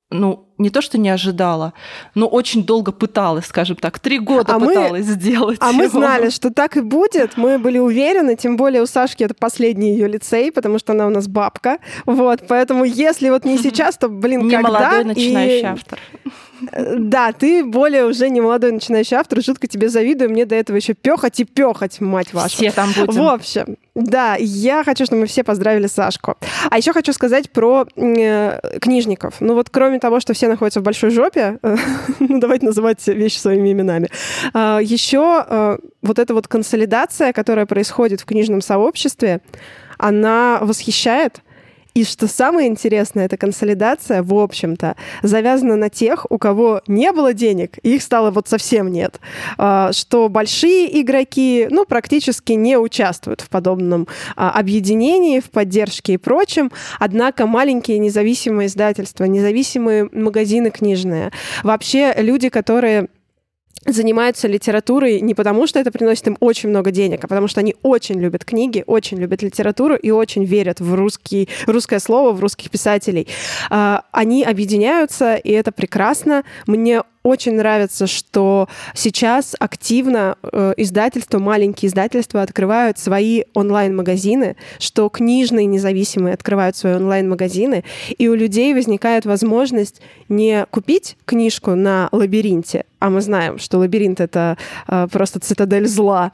ну, не то, что не ожидала, но очень долго пыталась, скажем так, три года а пыталась мы, сделать А его. мы знали, что так и будет, мы были уверены, тем более у Сашки это последний ее лицей, потому что она у нас бабка, вот, поэтому если вот не сейчас, то, блин, не когда? Не молодой начинающий и... автор. Да, ты более уже не молодой начинающий автор, жутко тебе завидую, мне до этого еще пёхать и пёхать, мать вашу. Все там будем. В общем, да, я хочу, чтобы мы все поздравили Сашку. А еще хочу сказать про э, книжников. Ну вот кроме того, что все находятся в большой жопе, э, ну давайте называть вещи своими именами, э, еще э, вот эта вот консолидация, которая происходит в книжном сообществе, она восхищает. И что самое интересное, эта консолидация, в общем-то, завязана на тех, у кого не было денег, и их стало вот совсем нет. Что большие игроки, ну, практически не участвуют в подобном объединении, в поддержке и прочем. Однако маленькие независимые издательства, независимые магазины книжные, вообще люди, которые занимаются литературой не потому, что это приносит им очень много денег, а потому что они очень любят книги, очень любят литературу и очень верят в русский, русское слово, в русских писателей. Они объединяются, и это прекрасно. Мне очень нравится, что сейчас активно э, издательства, маленькие издательства открывают свои онлайн-магазины, что книжные независимые открывают свои онлайн-магазины, и у людей возникает возможность не купить книжку на «Лабиринте», а мы знаем, что «Лабиринт» — это э, просто цитадель зла,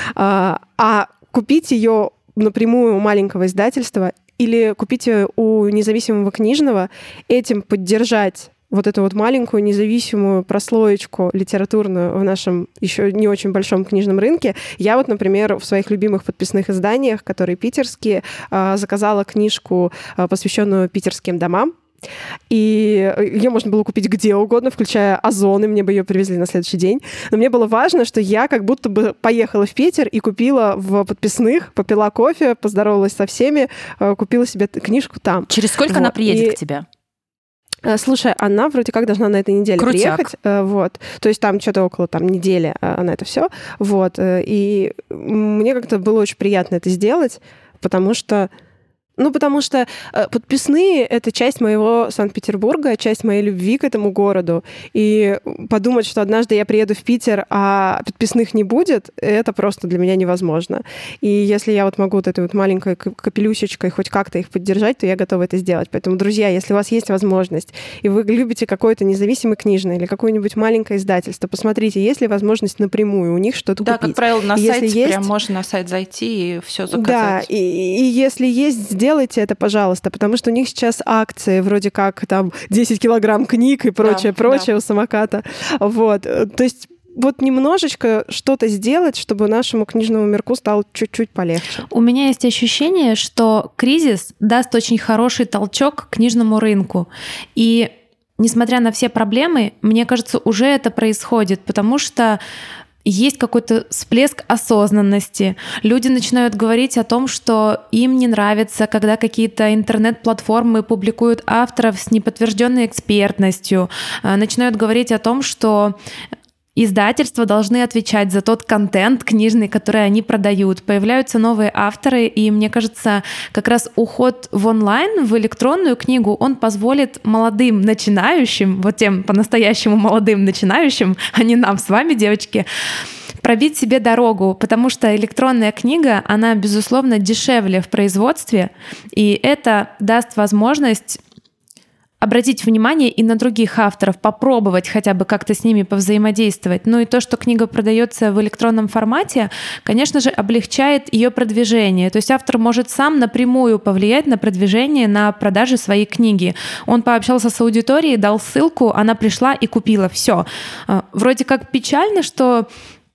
а купить ее напрямую у маленького издательства или купить ее у независимого книжного, этим поддержать вот эту вот маленькую независимую прослоечку литературную в нашем еще не очень большом книжном рынке. Я вот, например, в своих любимых подписных изданиях, которые питерские, заказала книжку, посвященную питерским домам. И ее можно было купить где угодно, включая Озон, и мне бы ее привезли на следующий день. Но мне было важно, что я как будто бы поехала в Питер и купила в подписных, попила кофе, поздоровалась со всеми, купила себе книжку там. Через сколько вот. Она приедет и... к тебе? Слушай, она вроде как должна на этой неделе Крутяк. приехать, вот, то есть там что-то около там недели на это все, вот, и мне как-то было очень приятно это сделать, потому что Ну, потому что э, подписные — это часть моего Санкт-Петербурга, часть моей любви к этому городу. И подумать, что однажды я приеду в Питер, а подписных не будет, это просто для меня невозможно. И если я вот могу вот этой вот маленькой капелюсечкой хоть как-то их поддержать, то я готова это сделать. Поэтому, друзья, если у вас есть возможность, и вы любите какой-то независимый книжный или какое-нибудь маленькое издательство, посмотрите, есть ли возможность напрямую у них что-то да, купить. Да, как правило, на сайте есть... прям можно на сайт зайти и все заказать. Да, и, и если есть, сделайте это, пожалуйста, потому что у них сейчас акции, вроде как там десять килограмм книг и прочее, да, прочее да. у самоката. Вот. То есть вот немножечко что-то сделать, чтобы нашему книжному мирку стало чуть-чуть полегче. У меня есть ощущение, что кризис даст очень хороший толчок книжному рынку. И несмотря на все проблемы, мне кажется, уже это происходит, потому что есть какой-то всплеск осознанности. Люди начинают говорить о том, что им не нравится, когда какие-то интернет-платформы публикуют авторов с неподтвержденной экспертностью. Начинают говорить о том, что издательства должны отвечать за тот контент книжный, который они продают. Появляются новые авторы, и мне кажется, как раз уход в онлайн, в электронную книгу, он позволит молодым начинающим, вот тем по-настоящему молодым начинающим, а не нам с вами, девочки, пробить себе дорогу, потому что электронная книга, она, безусловно, дешевле в производстве, и это даст возможность обратить внимание и на других авторов, попробовать хотя бы как-то с ними повзаимодействовать. Ну и то, что книга продается в электронном формате, конечно же, облегчает ее продвижение. То есть автор может сам напрямую повлиять на продвижение, на продажи своей книги. Он пообщался с аудиторией, дал ссылку, она пришла и купила. Все. Вроде как печально, что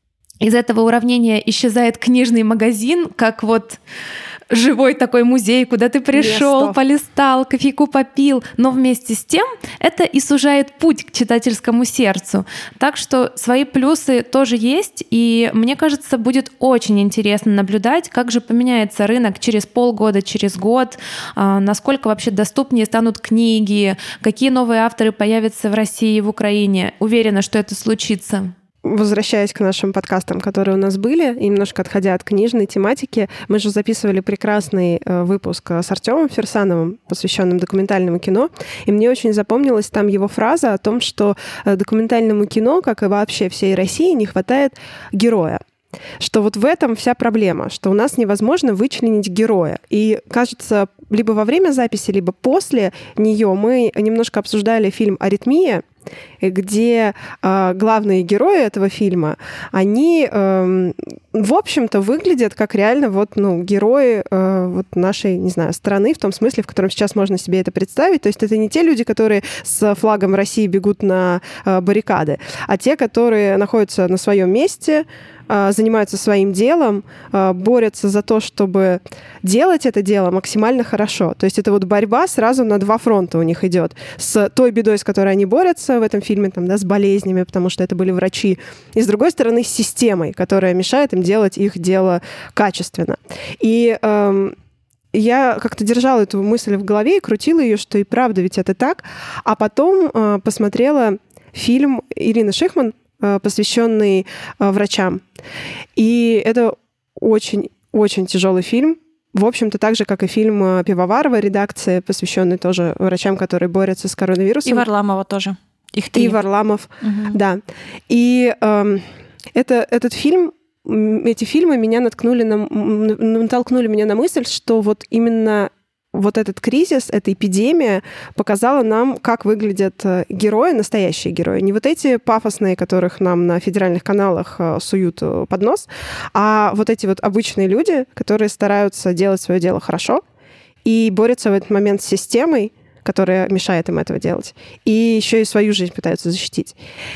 из этого уравнения исчезает книжный магазин, как вот живой такой музей, куда ты пришел, Место. полистал, кофейку попил, но вместе с тем это и сужает путь к читательскому сердцу. Так что свои плюсы тоже есть, и мне кажется, будет очень интересно наблюдать, как же поменяется рынок через полгода, через год, насколько вообще доступнее станут книги, какие новые авторы появятся в России и в Украине. Уверена, что это случится. возвращаясь к нашим подкастам, которые у нас были, и немножко отходя от книжной тематики, мы же записывали прекрасный выпуск с Артёмом Фирсановым, посвященным документальному кино, и мне очень запомнилась там его фраза о том, что документальному кино, как и вообще всей России, не хватает героя. Что вот в этом вся проблема, что у нас невозможно вычленить героя. И, кажется, либо во время записи, либо после нее мы немножко обсуждали фильм «Аритмия», где э, главные герои этого фильма, они, э, в общем-то, выглядят как реально вот, ну, герои э, вот нашей, не знаю, страны, в том смысле, в котором сейчас можно себе это представить. То есть это не те люди, которые с флагом России бегут на э, баррикады, а те, которые находятся на своем месте, занимаются своим делом, борются за то, чтобы делать это дело максимально хорошо. То есть это вот борьба сразу на два фронта у них идет. С той бедой, с которой они борются в этом фильме, там, да, с болезнями, потому что это были врачи. И с другой стороны, с системой, которая мешает им делать их дело качественно. И эм, я как-то держала эту мысль в голове и крутила ее, что и правда ведь это так. А потом э, посмотрела фильм Ирины Шихман, посвященный врачам. И это очень-очень тяжелый фильм. В общем-то, так же, как и фильм Пивоварова, редакция, посвященный тоже врачам, которые борются с коронавирусом. И Варламова тоже. Их три. И Варламов, угу. да. И э, это, этот фильм, эти фильмы меня наткнули на, натолкнули меня на мысль, что вот именно вот этот кризис, эта эпидемия показала нам, как выглядят герои, настоящие герои. Не вот эти пафосные, которых нам на федеральных каналах суют под нос, а вот эти вот обычные люди, которые стараются делать свое дело хорошо и борются в этот момент с системой, которая мешает им этого делать, и еще и свою жизнь пытаются защитить.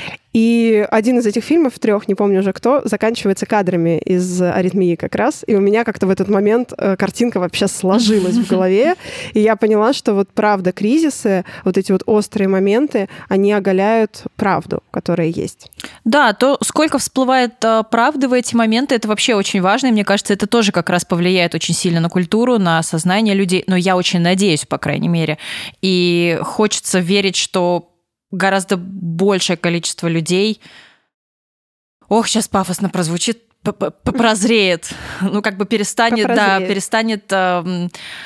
И один из этих фильмов, трех, не помню уже кто, заканчивается кадрами из «Аритмии» как раз. И у меня как-то в этот момент картинка вообще сложилась в голове. И я поняла, что вот правда кризисы, вот эти вот острые моменты, они оголяют правду, которая есть. Да, то, сколько всплывает правды в эти моменты, это вообще очень важно. И мне кажется, это тоже как раз повлияет очень сильно на культуру, на сознание людей. Но я очень надеюсь, по крайней мере. И хочется верить, что гораздо большее количество людей, ох, сейчас пафосно прозвучит, прозреет, ну, как бы перестанет, да, перестанет э,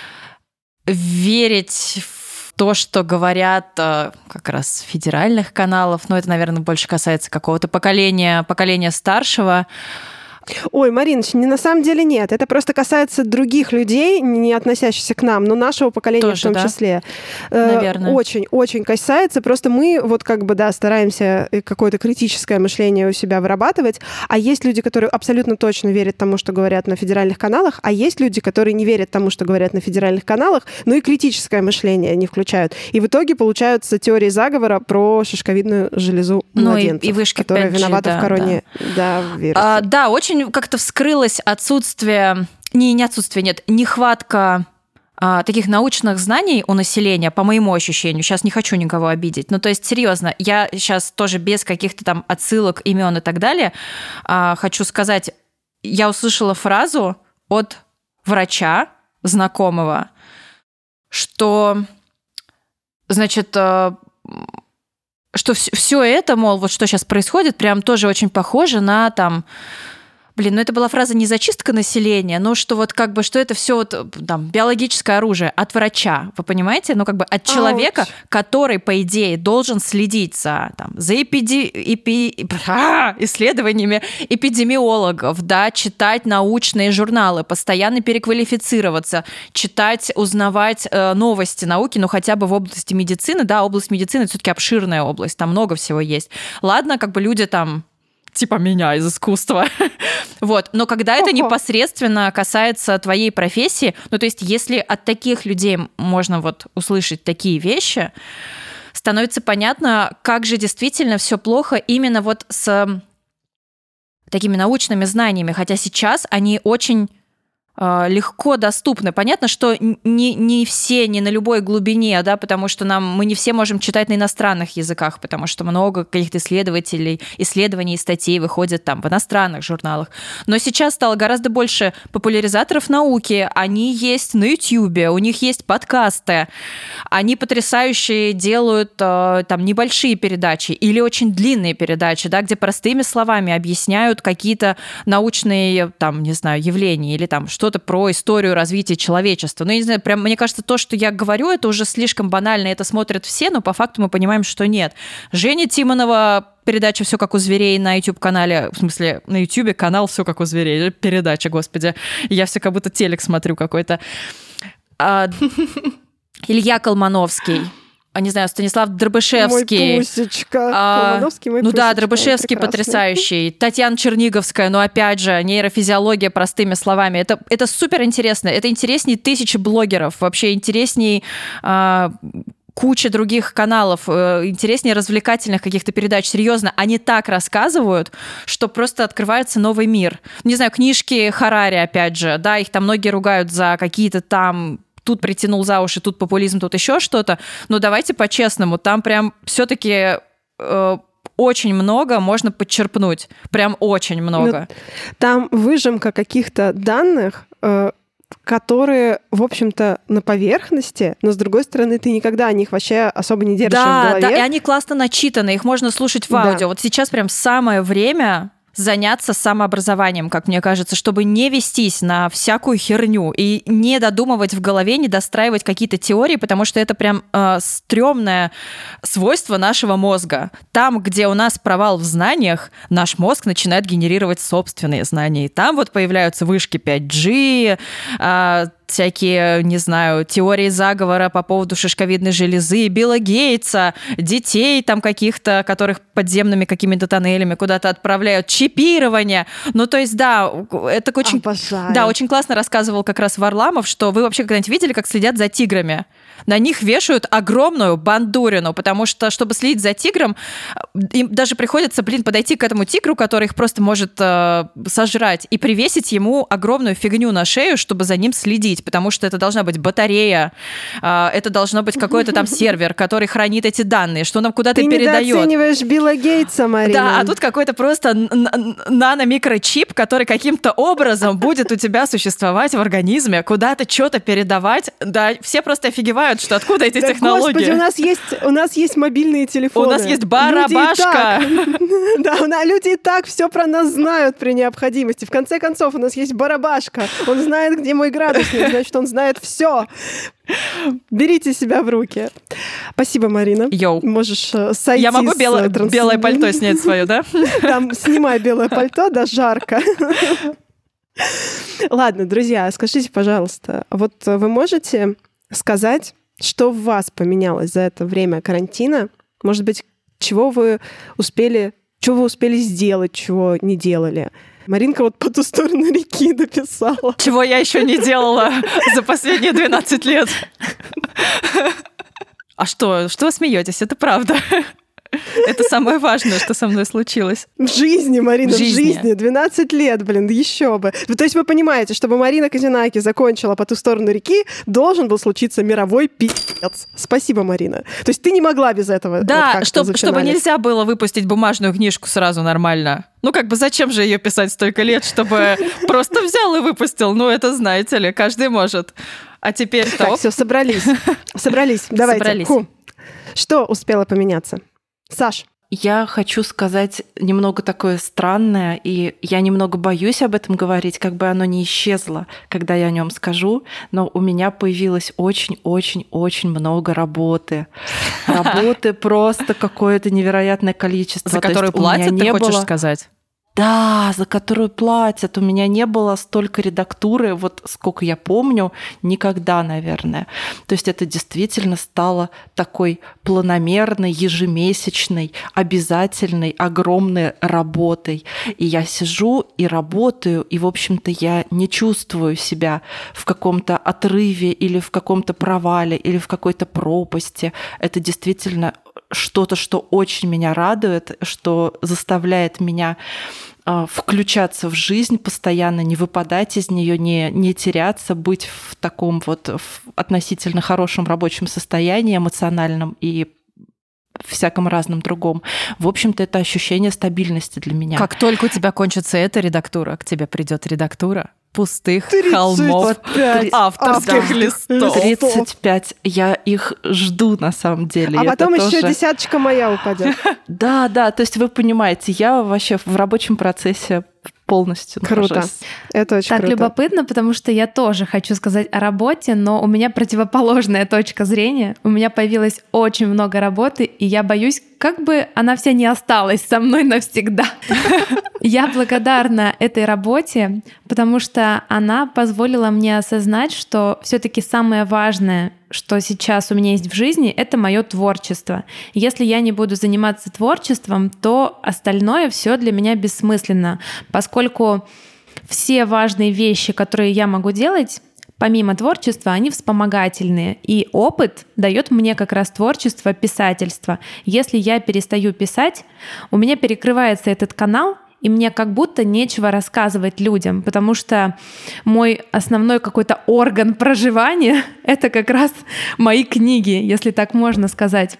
верить в то, что говорят э, как раз федеральных каналов, но это, наверное, больше касается какого-то поколения, поколения старшего. Ой, Мариночка, не, на самом деле нет. Это просто касается других людей, не относящихся к нам, но нашего поколения тоже, в том да? числе. Наверное. Очень-очень касается. Просто мы вот как бы, да, стараемся какое-то критическое мышление у себя вырабатывать, а есть люди, которые абсолютно точно верят тому, что говорят на федеральных каналах, а есть люди, которые не верят тому, что говорят на федеральных каналах, но и критическое мышление не включают. И в итоге получаются теории заговора про шишковидную железу ну младенцев, и, и вышки которая пять джи, виновата да, в короне да. Да, вируса. А, да, очень как-то вскрылось отсутствие, не, не отсутствие, нет, нехватка а, таких научных знаний у населения, по моему ощущению. Сейчас не хочу никого обидеть. Ну, то есть, серьезно, я сейчас тоже без каких-то там отсылок, имен и так далее а, хочу сказать, я услышала фразу от врача знакомого, что, значит, что все это, мол, вот что сейчас происходит, прям тоже очень похоже на там... Блин, ну это была фраза не зачистка населения, но что вот как бы, что это все вот там биологическое оружие от врача, вы понимаете? Ну как бы от человека, Ауч. который, по идее, должен следить за, там, за эпиди... эпи... а, исследованиями эпидемиологов, да, читать научные журналы, постоянно переквалифицироваться, читать, узнавать э, новости науки, ну хотя бы в области медицины, да, область медицины — это все-таки обширная область, там много всего есть. Ладно, как бы люди там типа меня из искусства. Вот. Но когда это непосредственно касается твоей профессии, ну, то есть если от таких людей можно вот услышать такие вещи, становится понятно, как же действительно все плохо именно вот с такими научными знаниями, хотя сейчас они очень легко доступны. Понятно, что не, не все, не на любой глубине, да, потому что нам, мы не все можем читать на иностранных языках, потому что много каких-то исследователей, исследований и статей выходят там в иностранных журналах. Но сейчас стало гораздо больше популяризаторов науки, они есть на Ютьюбе, у них есть подкасты, они потрясающие делают там небольшие передачи или очень длинные передачи, да, где простыми словами объясняют какие-то научные, там, не знаю, явления или там что что-то про историю развития человечества. Ну, я не знаю, прям, мне кажется, то, что я говорю, это уже слишком банально, это смотрят все, но по факту мы понимаем, что нет. Женя Тимонова, передача «Все как у зверей» на YouTube-канале, в смысле, на YouTube канал «Все как у зверей», передача, господи, я все как будто телек смотрю какой-то. А, Илья Колмановский. Не знаю, Станислав Дробышевский. Мой пусечка. А, Колмановский, мой ну пусечка. Да, Дробышевский потрясающий. Татьяна Черниговская, ну опять же, нейрофизиология простыми словами. Это, это супер интересно. Это интереснее тысячи блогеров. Вообще интереснее а, куча других каналов. Интереснее развлекательных каких-то передач. Серьезно, они так рассказывают, что просто открывается новый мир. Не знаю, книжки Харари, опять же. Да, их там многие ругают за какие-то там... Тут притянул за уши, тут популизм, тут еще что-то. Но давайте по-честному, там прям все-таки э, очень много можно подчерпнуть. Прям очень много. Ну, там выжимка каких-то данных, э, которые, в общем-то, на поверхности, но, с другой стороны, ты никогда о них вообще особо не держишь да, в голове. Да, и они классно начитаны, их можно слушать в аудио. Да. Вот сейчас прям самое время... заняться самообразованием, как мне кажется, чтобы не вестись на всякую херню и не додумывать в голове, не достраивать какие-то теории, потому что это прям э, стрёмное свойство нашего мозга. Там, где у нас провал в знаниях, наш мозг начинает генерировать собственные знания. И там вот появляются вышки пять джи, э, всякие, не знаю, теории заговора по поводу шишковидной железы, Билла Гейтса, детей там каких-то, которых подземными какими-то тоннелями куда-то отправляют, чипирование. Ну, то есть, да, это очень... Обожаю. Да, очень классно рассказывал как раз Варламов, что вы вообще когда-нибудь видели, как следят за тиграми? На них вешают огромную бандурину, потому что, чтобы следить за тигром, им даже приходится, блин, подойти к этому тигру, который их просто может э, сожрать, и привесить ему огромную фигню на шею, чтобы за ним следить, потому что это должна быть батарея, э, это должно быть какой-то там сервер, который хранит эти данные, что нам куда-то Ты передает. Ты недооцениваешь Билла Гейтса, Марина. Да, а тут какой-то просто нано-микрочип, который каким-то образом будет у тебя существовать в организме, куда-то что-то передавать. Да, все просто офигевают, что откуда эти да, технологии. Господи, у нас есть, у нас есть мобильные телефоны. У нас есть барабашка. Да, люди и так все про нас знают при необходимости. В конце концов, у нас есть барабашка. Он знает, где мой градусник, значит, он знает все. Берите себя в руки. Спасибо, Марина. Йоу. Можешь сойти. Я могу белое, транс... белое пальто снять свое, да? Там, снимай белое пальто, да, жарко. Ладно, друзья, скажите, пожалуйста, вот вы можете сказать, что в вас поменялось за это время карантина? Может быть, чего вы успели, чего вы успели сделать, чего не делали? Маринка вот по ту сторону реки дописала. Чего я еще не делала за последние двенадцать лет. А что? Что вы смеетесь? Это правда. Это самое важное, что со мной случилось. В жизни, Марина, в жизни. жизни. двенадцать лет, блин, еще бы. То есть вы понимаете, чтобы Марина Козинаки закончила по ту сторону реки, должен был случиться мировой пи***ц. Спасибо, Марина. То есть ты не могла без этого. Да, вот чтоб, чтобы нельзя было выпустить бумажную книжку сразу нормально. Ну, как бы зачем же ее писать столько лет, чтобы просто взял и выпустил? Ну, это, знаете ли, каждый может. А теперь так, топ. все, собрались. Собрались. Давайте. Собрались. Фу. Что успело поменяться? Саш. Я хочу сказать немного такое странное, и я немного боюсь об этом говорить, как бы оно не исчезло, когда я о нем скажу, но у меня появилось очень-очень-очень много работы. Работы просто какое-то невероятное количество. За которую платят, ты хочешь сказать? Да, за которую платят. У меня не было столько редактуры, вот сколько я помню, никогда, наверное. То есть это действительно стало такой планомерной, ежемесячной, обязательной, огромной работой. И я сижу и работаю, и, в общем-то, я не чувствую себя в каком-то отрыве или в каком-то провале, или в какой-то пропасти. Это действительно что-то, что очень меня радует, что заставляет меня включаться в жизнь постоянно, не выпадать из нее, не, не теряться, быть в таком вот в относительно хорошем рабочем состоянии, эмоциональном и всяком разном другом. В общем-то, это ощущение стабильности для меня. Как только у тебя кончится эта редактура, к тебе придет редактура пустых холмов авторских листов. тридцать пять. Я их жду на самом деле. А это потом еще тоже... десяточка моя упадет. Да, да. То есть вы понимаете, я вообще в рабочем процессе полностью Круто. нахожусь. Это очень так круто. любопытно, потому что я тоже хочу сказать о работе, но у меня противоположная точка зрения. У меня появилось очень много работы, и я боюсь, как бы она вся не осталась со мной навсегда. Я благодарна этой работе, потому что она позволила мне осознать, что все-таки самое важное, что сейчас у меня есть в жизни, это мое творчество. Если я не буду заниматься творчеством, то остальное все для меня бессмысленно, поскольку все важные вещи, которые я могу делать, помимо творчества, они вспомогательные. И опыт дает мне как раз творчество, писательство. Если я перестаю писать, у меня перекрывается этот канал, и мне как будто нечего рассказывать людям, потому что мой основной какой-то орган проживания — это как раз мои книги, если так можно сказать.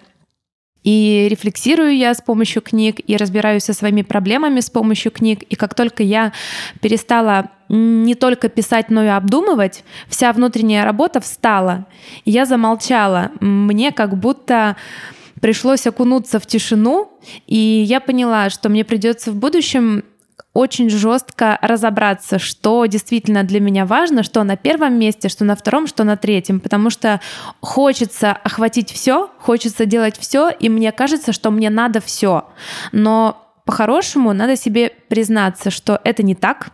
И рефлексирую я с помощью книг, и разбираюсь со своими проблемами с помощью книг. И как только я перестала не только писать, но и обдумывать, вся внутренняя работа встала. И я замолчала. Мне как будто пришлось окунуться в тишину, и я поняла, что мне придется в будущем очень жестко разобраться, что действительно для меня важно, что на первом месте, что на втором, что на третьем, потому что хочется охватить все, хочется делать все, и мне кажется, что мне надо все. Но по-хорошему надо себе признаться, что это не так.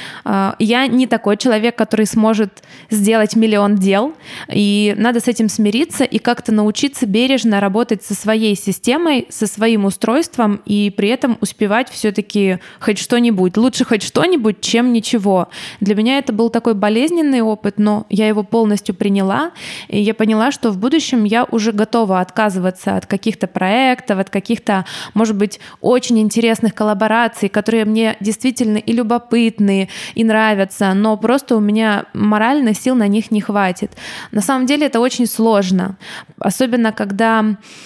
Я не такой человек, который сможет сделать миллион дел, и надо с этим смириться и как-то научиться бережно работать со своей системой, со своим устройством и при этом успевать все-таки хоть что-нибудь. Лучше хоть что-нибудь, чем ничего. Для меня это был такой болезненный опыт, но я его полностью приняла, и я поняла, что в будущем я уже готова отказываться от каких-то проектов, от каких-то, может быть, очень интересных коллабораций, которые мне действительно и любопытны, и нравятся, но просто у меня морально сил на них не хватит. На самом деле это очень сложно, особенно когда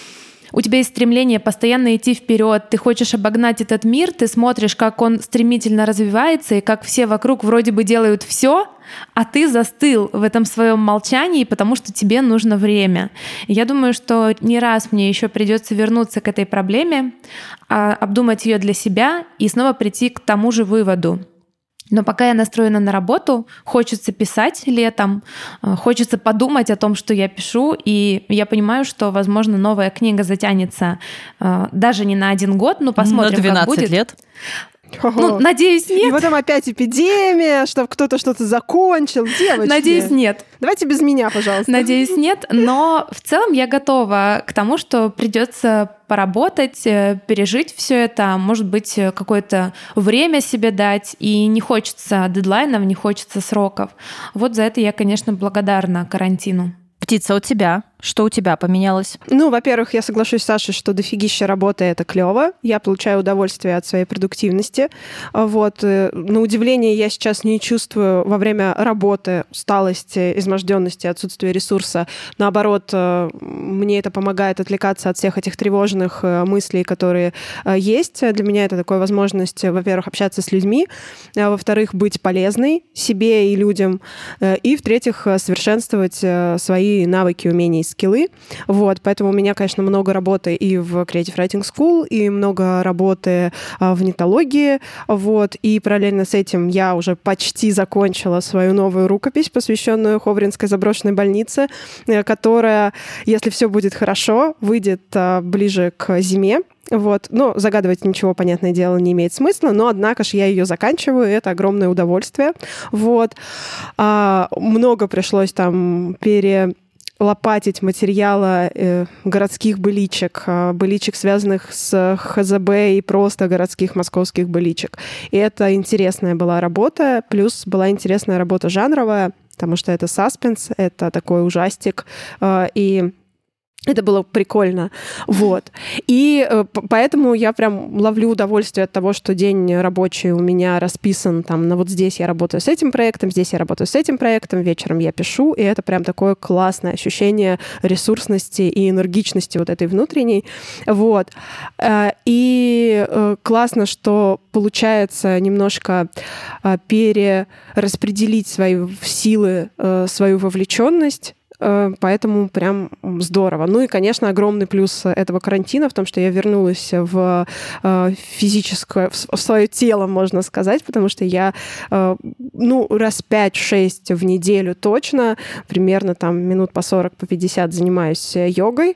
у тебя есть стремление постоянно идти вперед, ты хочешь обогнать этот мир, ты смотришь, как он стремительно развивается, и как все вокруг вроде бы делают все, а ты застыл в этом своем молчании, потому что тебе нужно время. И я думаю, что не раз мне еще придется вернуться к этой проблеме, обдумать ее для себя и снова прийти к тому же выводу. Но пока я настроена на работу, хочется писать летом, хочется подумать о том, что я пишу, и я понимаю, что, возможно, новая книга затянется даже не на один год, но посмотрим, на двенадцать как будет. Лет? Ну, надеюсь, нет. И потом опять эпидемия, чтобы кто-то что-то закончил. Девочки. Надеюсь, нет. Давайте без меня, пожалуйста. Надеюсь, нет. Но в целом я готова к тому, что придется поработать, пережить все это, может быть, какое-то время себе дать. И не хочется дедлайнов, не хочется сроков. Вот за это я, конечно, благодарна карантину. Птица, у тебя? Что у тебя поменялось? Ну, во-первых, я соглашусь с Сашей, что дофигища работы — это клево. Я получаю удовольствие от своей продуктивности. Вот. На удивление, я сейчас не чувствую во время работы усталости, изможденности, отсутствия ресурса. Наоборот, мне это помогает отвлекаться от всех этих тревожных мыслей, которые есть. Для меня это такая возможность, во-первых, общаться с людьми, во-вторых, быть полезной себе и людям, и, в-третьих, совершенствовать свои навыки, умения и скиллы. Вот, поэтому у меня, конечно, много работы и в Creative Writing School, и много работы в нетологии. Вот, и параллельно с этим я уже почти закончила свою новую рукопись, посвященную Ховринской заброшенной больнице, которая, если все будет хорошо, выйдет ближе к зиме. Вот. Но загадывать ничего, понятное дело, не имеет смысла, но, однако же, я ее заканчиваю, и это огромное удовольствие. Вот. А, много пришлось там пере... лопатить материала э, городских быличек, э, быличек, связанных с ХЗБ и просто городских московских быличек. И это интересная была работа, плюс была интересная работа жанровая, потому что это саспенс, это такой ужастик, э, и Это было прикольно. Вот. И э, поэтому я прям ловлю удовольствие от того, что день рабочий у меня расписан там, на вот здесь я работаю с этим проектом, здесь я работаю с этим проектом, вечером я пишу, и это прям такое классное ощущение ресурсности и энергичности вот этой внутренней. Вот. Э, и э, классно, что получается немножко э, перераспределить свои силы, э, свою вовлеченность. Поэтому прям здорово. Ну и, конечно, огромный плюс этого карантина в том, что я вернулась в физическое, в свое тело, можно сказать, потому что я, ну, раз пять-шесть в неделю точно, примерно там минут по сорок, по пятьдесят занимаюсь йогой,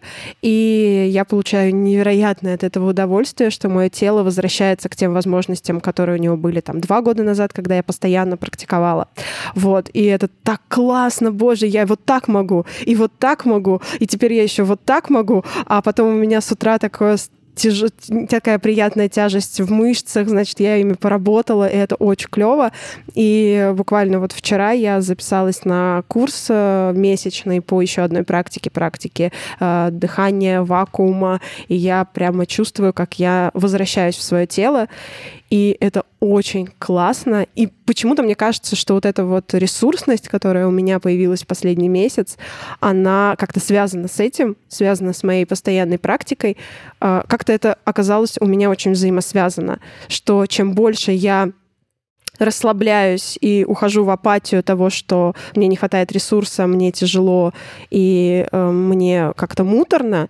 и я получаю невероятное от этого удовольствие, что мое тело возвращается к тем возможностям, которые у него были там два года назад, когда я постоянно практиковала. Вот. И это так классно, боже, я вот так могу, и вот так могу, и теперь я еще вот так могу, а потом у меня с утра такое тяж... такая приятная тяжесть в мышцах, значит, я ими поработала, и это очень клево. И буквально вот вчера я записалась на курс месячный по еще одной практике, практике э, дыхания, вакуума, и я прямо чувствую, как я возвращаюсь в свое тело, и это очень классно. И почему-то мне кажется, что вот эта вот ресурсность, которая у меня появилась в последний месяц, она как-то связана с этим, связана с моей постоянной практикой. Как-то это оказалось у меня очень взаимосвязано, что чем больше я расслабляюсь и ухожу в апатию того, что мне не хватает ресурса, мне тяжело и э, мне как-то муторно,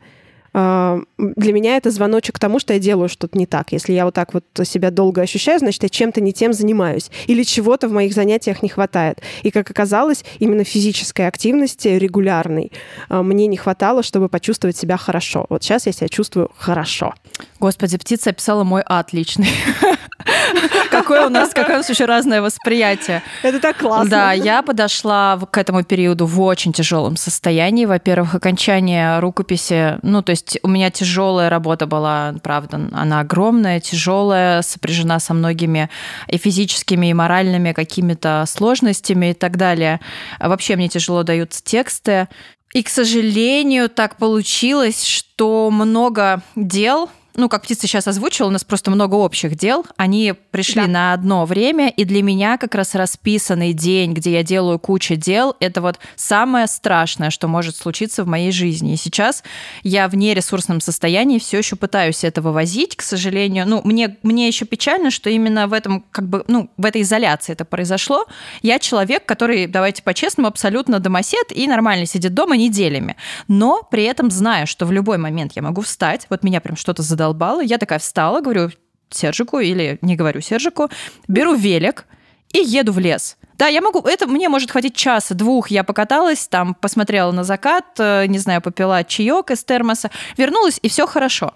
для меня это звоночек к тому, что я делаю что-то не так. Если я вот так вот себя долго ощущаю, значит, я чем-то не тем занимаюсь. Или чего-то в моих занятиях не хватает. И, как оказалось, именно физической активности регулярной мне не хватало, чтобы почувствовать себя хорошо. Вот сейчас я себя чувствую хорошо. Господи, птица описала мой ад личный. Какое у нас, какое у нас еще разное восприятие. Это так классно. Да, я подошла к этому периоду в очень тяжелом состоянии. Во-первых, окончание рукописи, ну, то есть у меня тяжелая работа была, правда, она огромная, тяжелая, сопряжена со многими и физическими, и моральными какими-то сложностями и так далее. Вообще мне тяжело даются тексты. И, к сожалению, так получилось, что много дел, ну, как птица сейчас озвучила, у нас просто много общих дел, они пришли да. на одно время, и для меня как раз расписанный день, где я делаю кучу дел, это вот самое страшное, что может случиться в моей жизни. И сейчас я в нересурсном состоянии все еще пытаюсь это вывозить, к сожалению. Ну, мне, мне еще печально, что именно в этом, как бы, ну, в этой изоляции это произошло. Я человек, который, давайте по-честному, абсолютно домосед и нормально сидит дома неделями. Но при этом знаю, что в любой момент я могу встать, вот меня прям что-то задало, я такая встала, говорю Сержику, или не говорю Сержику, беру велик и еду в лес. Да, я могу, это мне может хватить часа, двух. Я покаталась, там посмотрела на закат, не знаю, попила чаек из термоса, вернулась, и все хорошо.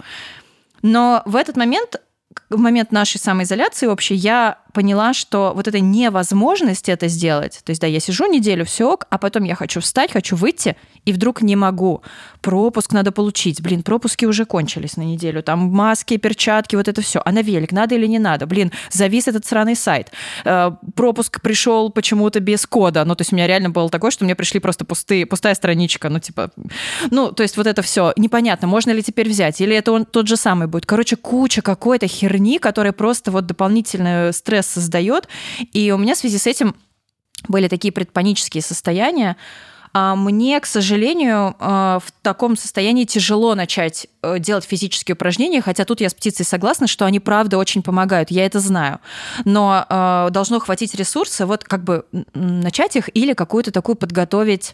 Но в этот момент, в момент нашей самоизоляции общей, я поняла, что вот эта невозможность это сделать, то есть, да, я сижу неделю, все ок, а потом я хочу встать, хочу выйти, и вдруг не могу. Пропуск надо получить. Блин, пропуски уже кончились на неделю. Там маски, перчатки, вот это все. А на велик надо или не надо? Блин, завис этот сраный сайт. Пропуск пришел почему-то без кода. Ну, то есть у меня реально было такое, что мне пришли просто пустые, пустая страничка. Ну, типа, ну, то есть вот это все непонятно, можно ли теперь взять, или это он тот же самый будет. Короче, куча какой-то херни, которая просто вот дополнительный стресс создает. И у меня в связи с этим были такие предпанические состояния. Мне, к сожалению, в таком состоянии тяжело начать делать физические упражнения, хотя тут я с птицей согласна, что они, правда, очень помогают, я это знаю. Но должно хватить ресурса вот как бы начать их или какую-то такую подготовить,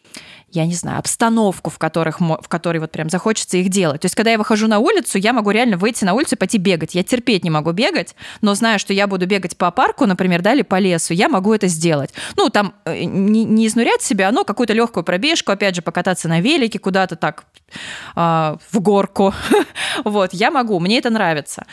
я не знаю, обстановку, в, которых, в которой вот прям захочется их делать. То есть, когда я выхожу на улицу, я могу реально выйти на улицу и пойти бегать. Я терпеть не могу бегать, но знаю, что я буду бегать по парку, например, да, или по лесу, я могу это сделать. Ну, там, не, не изнурять себя, но какую-то легкую пробежку, опять же, покататься на велике куда-то так э, в горку. Вот, я могу, мне это нравится.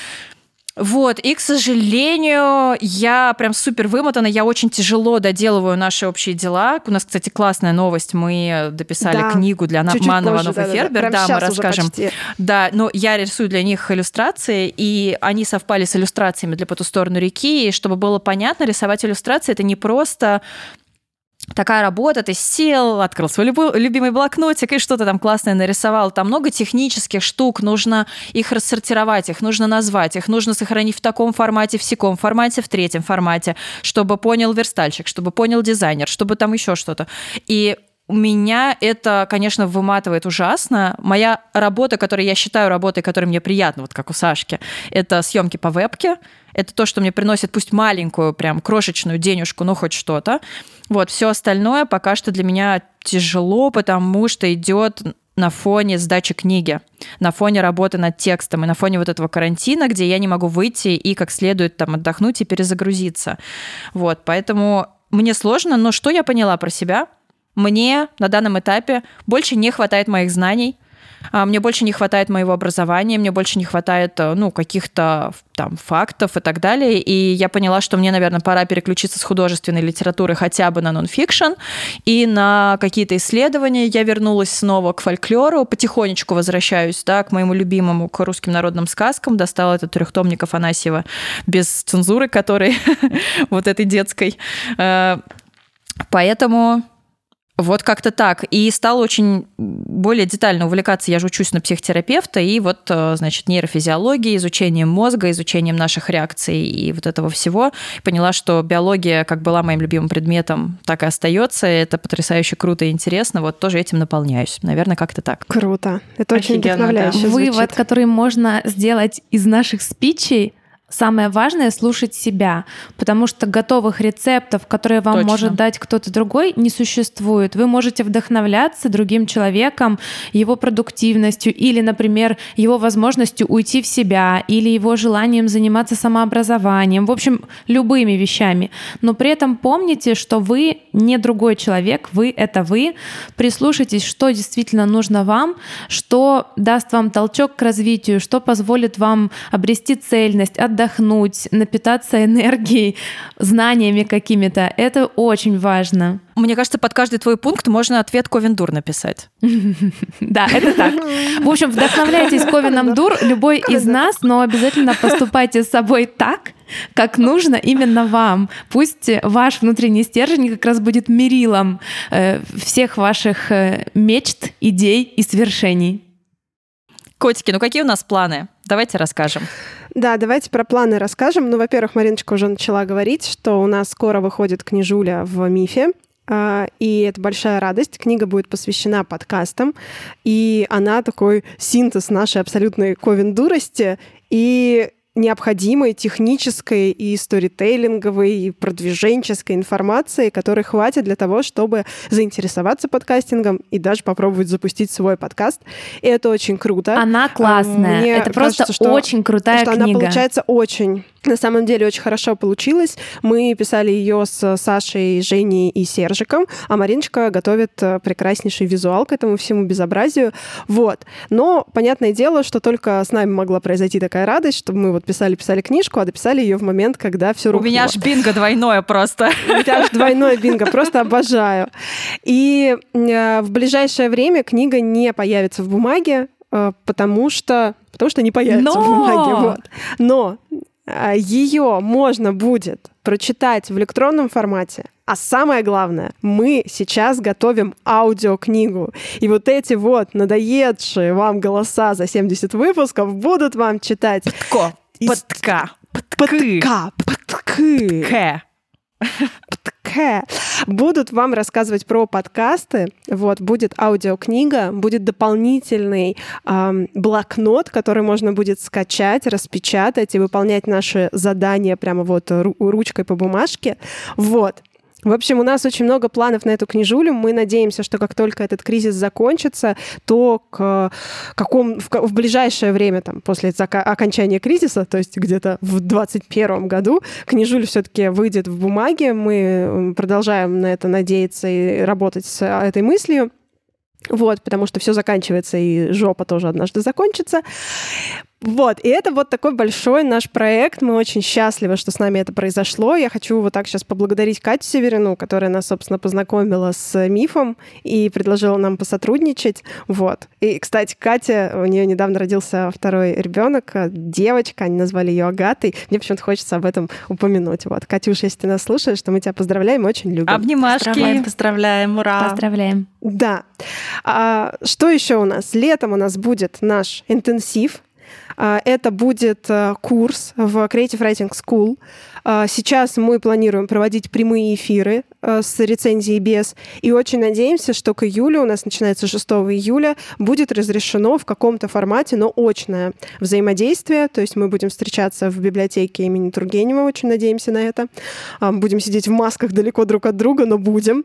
Вот, и, к сожалению, я прям супер вымотана, я очень тяжело доделываю наши общие дела. У нас, кстати, классная новость, мы дописали да, книгу для Манна, Иванов и Фербер, да, да, мы расскажем. Да, но я рисую для них иллюстрации, и они совпали с иллюстрациями для «По ту сторону реки», и чтобы было понятно, рисовать иллюстрации — это не просто такая работа, ты сел, открыл свой любимый блокнотик и что-то там классное нарисовал. Там много технических штук, нужно их рассортировать, их нужно назвать, их нужно сохранить в таком формате, в сяком формате, в третьем формате, чтобы понял верстальщик, чтобы понял дизайнер, чтобы там еще что-то. И меня это, конечно, выматывает ужасно. Моя работа, которую я считаю работой, которая мне приятна, вот как у Сашки, это съемки по вебке. Это то, что мне приносит пусть маленькую, прям крошечную денежку, но хоть что-то. Вот, все остальное пока что для меня тяжело, потому что идет на фоне сдачи книги, на фоне работы над текстом и на фоне вот этого карантина, где я не могу выйти и как следует там отдохнуть и перезагрузиться. Вот, поэтому мне сложно, но что я поняла про себя? Мне на данном этапе больше не хватает моих знаний, мне больше не хватает моего образования, мне больше не хватает, ну, каких-то там фактов и так далее. И я поняла, что мне, наверное, пора переключиться с художественной литературы хотя бы на нонфикшн и на какие-то исследования. Я вернулась снова к фольклору, потихонечку возвращаюсь, да, к моему любимому, к русским народным сказкам. Достала этот трехтомник Афанасьева без цензуры, который вот этой детской. Поэтому... Вот как-то так. И стала очень более детально увлекаться. Я же учусь на психотерапевта, и вот, значит, нейрофизиологией, изучением мозга, изучением наших реакций и вот этого всего. Поняла, что биология как была моим любимым предметом, так и остается. Это потрясающе круто и интересно. Вот тоже этим наполняюсь. Наверное, как-то так. Круто. Это очень вдохновляюще звучит. Вывод, который можно сделать из наших спичей, самое важное — слушать себя, потому что готовых рецептов, которые вам Точно. может дать кто-то другой, не существует. Вы можете вдохновляться другим человеком, его продуктивностью или, например, его возможностью уйти в себя или его желанием заниматься самообразованием, в общем, любыми вещами. Но при этом помните, что вы не другой человек, вы — это вы. Прислушайтесь, что действительно нужно вам, что даст вам толчок к развитию, что позволит вам обрести цельность, отдохнуть, напитаться энергией, знаниями какими-то. Это очень важно. Мне кажется, под каждый твой пункт можно ответ Ковен Дур написать. Да, это так. В общем, вдохновляйтесь Ковеном Дур, любой из нас, но обязательно поступайте с собой так, как нужно именно вам. Пусть ваш внутренний стержень как раз будет мерилом всех ваших мечт, идей и свершений. Котики, ну какие у нас планы? Давайте расскажем. Да, давайте про планы расскажем. Ну, во-первых, Мариночка уже начала говорить, что у нас скоро выходит книжуля в МИФе, и это большая радость. Книга будет посвящена подкастам, и она такой синтез нашей абсолютной ковендурости и необходимой технической и сторителлинговой, и продвиженческой информации, которой хватит для того, чтобы заинтересоваться подкастингом и даже попробовать запустить свой подкаст. И это очень круто. Она классная. Мне это кажется, просто что, очень крутая что книга. Она получается очень... На самом деле очень хорошо получилось. Мы писали ее с Сашей, Женей и Сержиком, а Мариночка готовит прекраснейший визуал к этому всему безобразию. Вот. Но понятное дело, что только с нами могла произойти такая радость, что мы вот писали-писали книжку, а дописали ее в момент, когда все рухнуло. У меня аж бинго двойное просто. У меня аж двойное бинго, просто обожаю. И в ближайшее время книга не появится в бумаге, потому что, потому что не появится Но! в бумаге. Вот. Но ее можно будет прочитать в электронном формате. А самое главное, мы сейчас готовим аудиокнигу. И вот эти вот надоедшие вам голоса за семьдесят выпусков будут вам читать... Ко, подка, Подка, подки. К. Подка. Будут вам рассказывать про подкасты. Вот, будет аудиокнига, будет дополнительный эм, блокнот, который можно будет скачать, распечатать и выполнять наши задания прямо вот ру- ручкой по бумажке. Вот. В общем, у нас очень много планов на эту книжулю. Мы надеемся, что как только этот кризис закончится, то к какому, в, в ближайшее время, там, после зака- окончания кризиса, то есть где-то в двадцать первом году, книжуля все-таки выйдет в бумаге. Мы продолжаем на это надеяться и работать с этой мыслью. Вот, потому что все заканчивается, и жопа тоже однажды закончится. Вот, и это вот такой большой наш проект. Мы очень счастливы, что с нами это произошло. Я хочу вот так сейчас поблагодарить Катю Северину, которая нас, собственно, познакомила с мифом и предложила нам посотрудничать. Вот. И, кстати, Катя, у нее недавно родился второй ребенок, девочка, они назвали ее Агатой. Мне почему-то хочется об этом упомянуть. Вот. Катюша, если ты нас слушаешь, то мы тебя поздравляем и очень любим. Обнимашки. Поздравляем, поздравляем, ура. Поздравляем. Да. А, что еще у нас? Летом у нас будет наш интенсив. Это будет курс в Creative Writing School. Сейчас мы планируем проводить прямые эфиры с рецензией без. И очень надеемся, что к июлю, у нас начинается шестого июля, будет разрешено в каком-то формате, но очное взаимодействие. То есть мы будем встречаться в библиотеке имени Тургенева, очень надеемся на это. Будем сидеть в масках далеко друг от друга, но будем.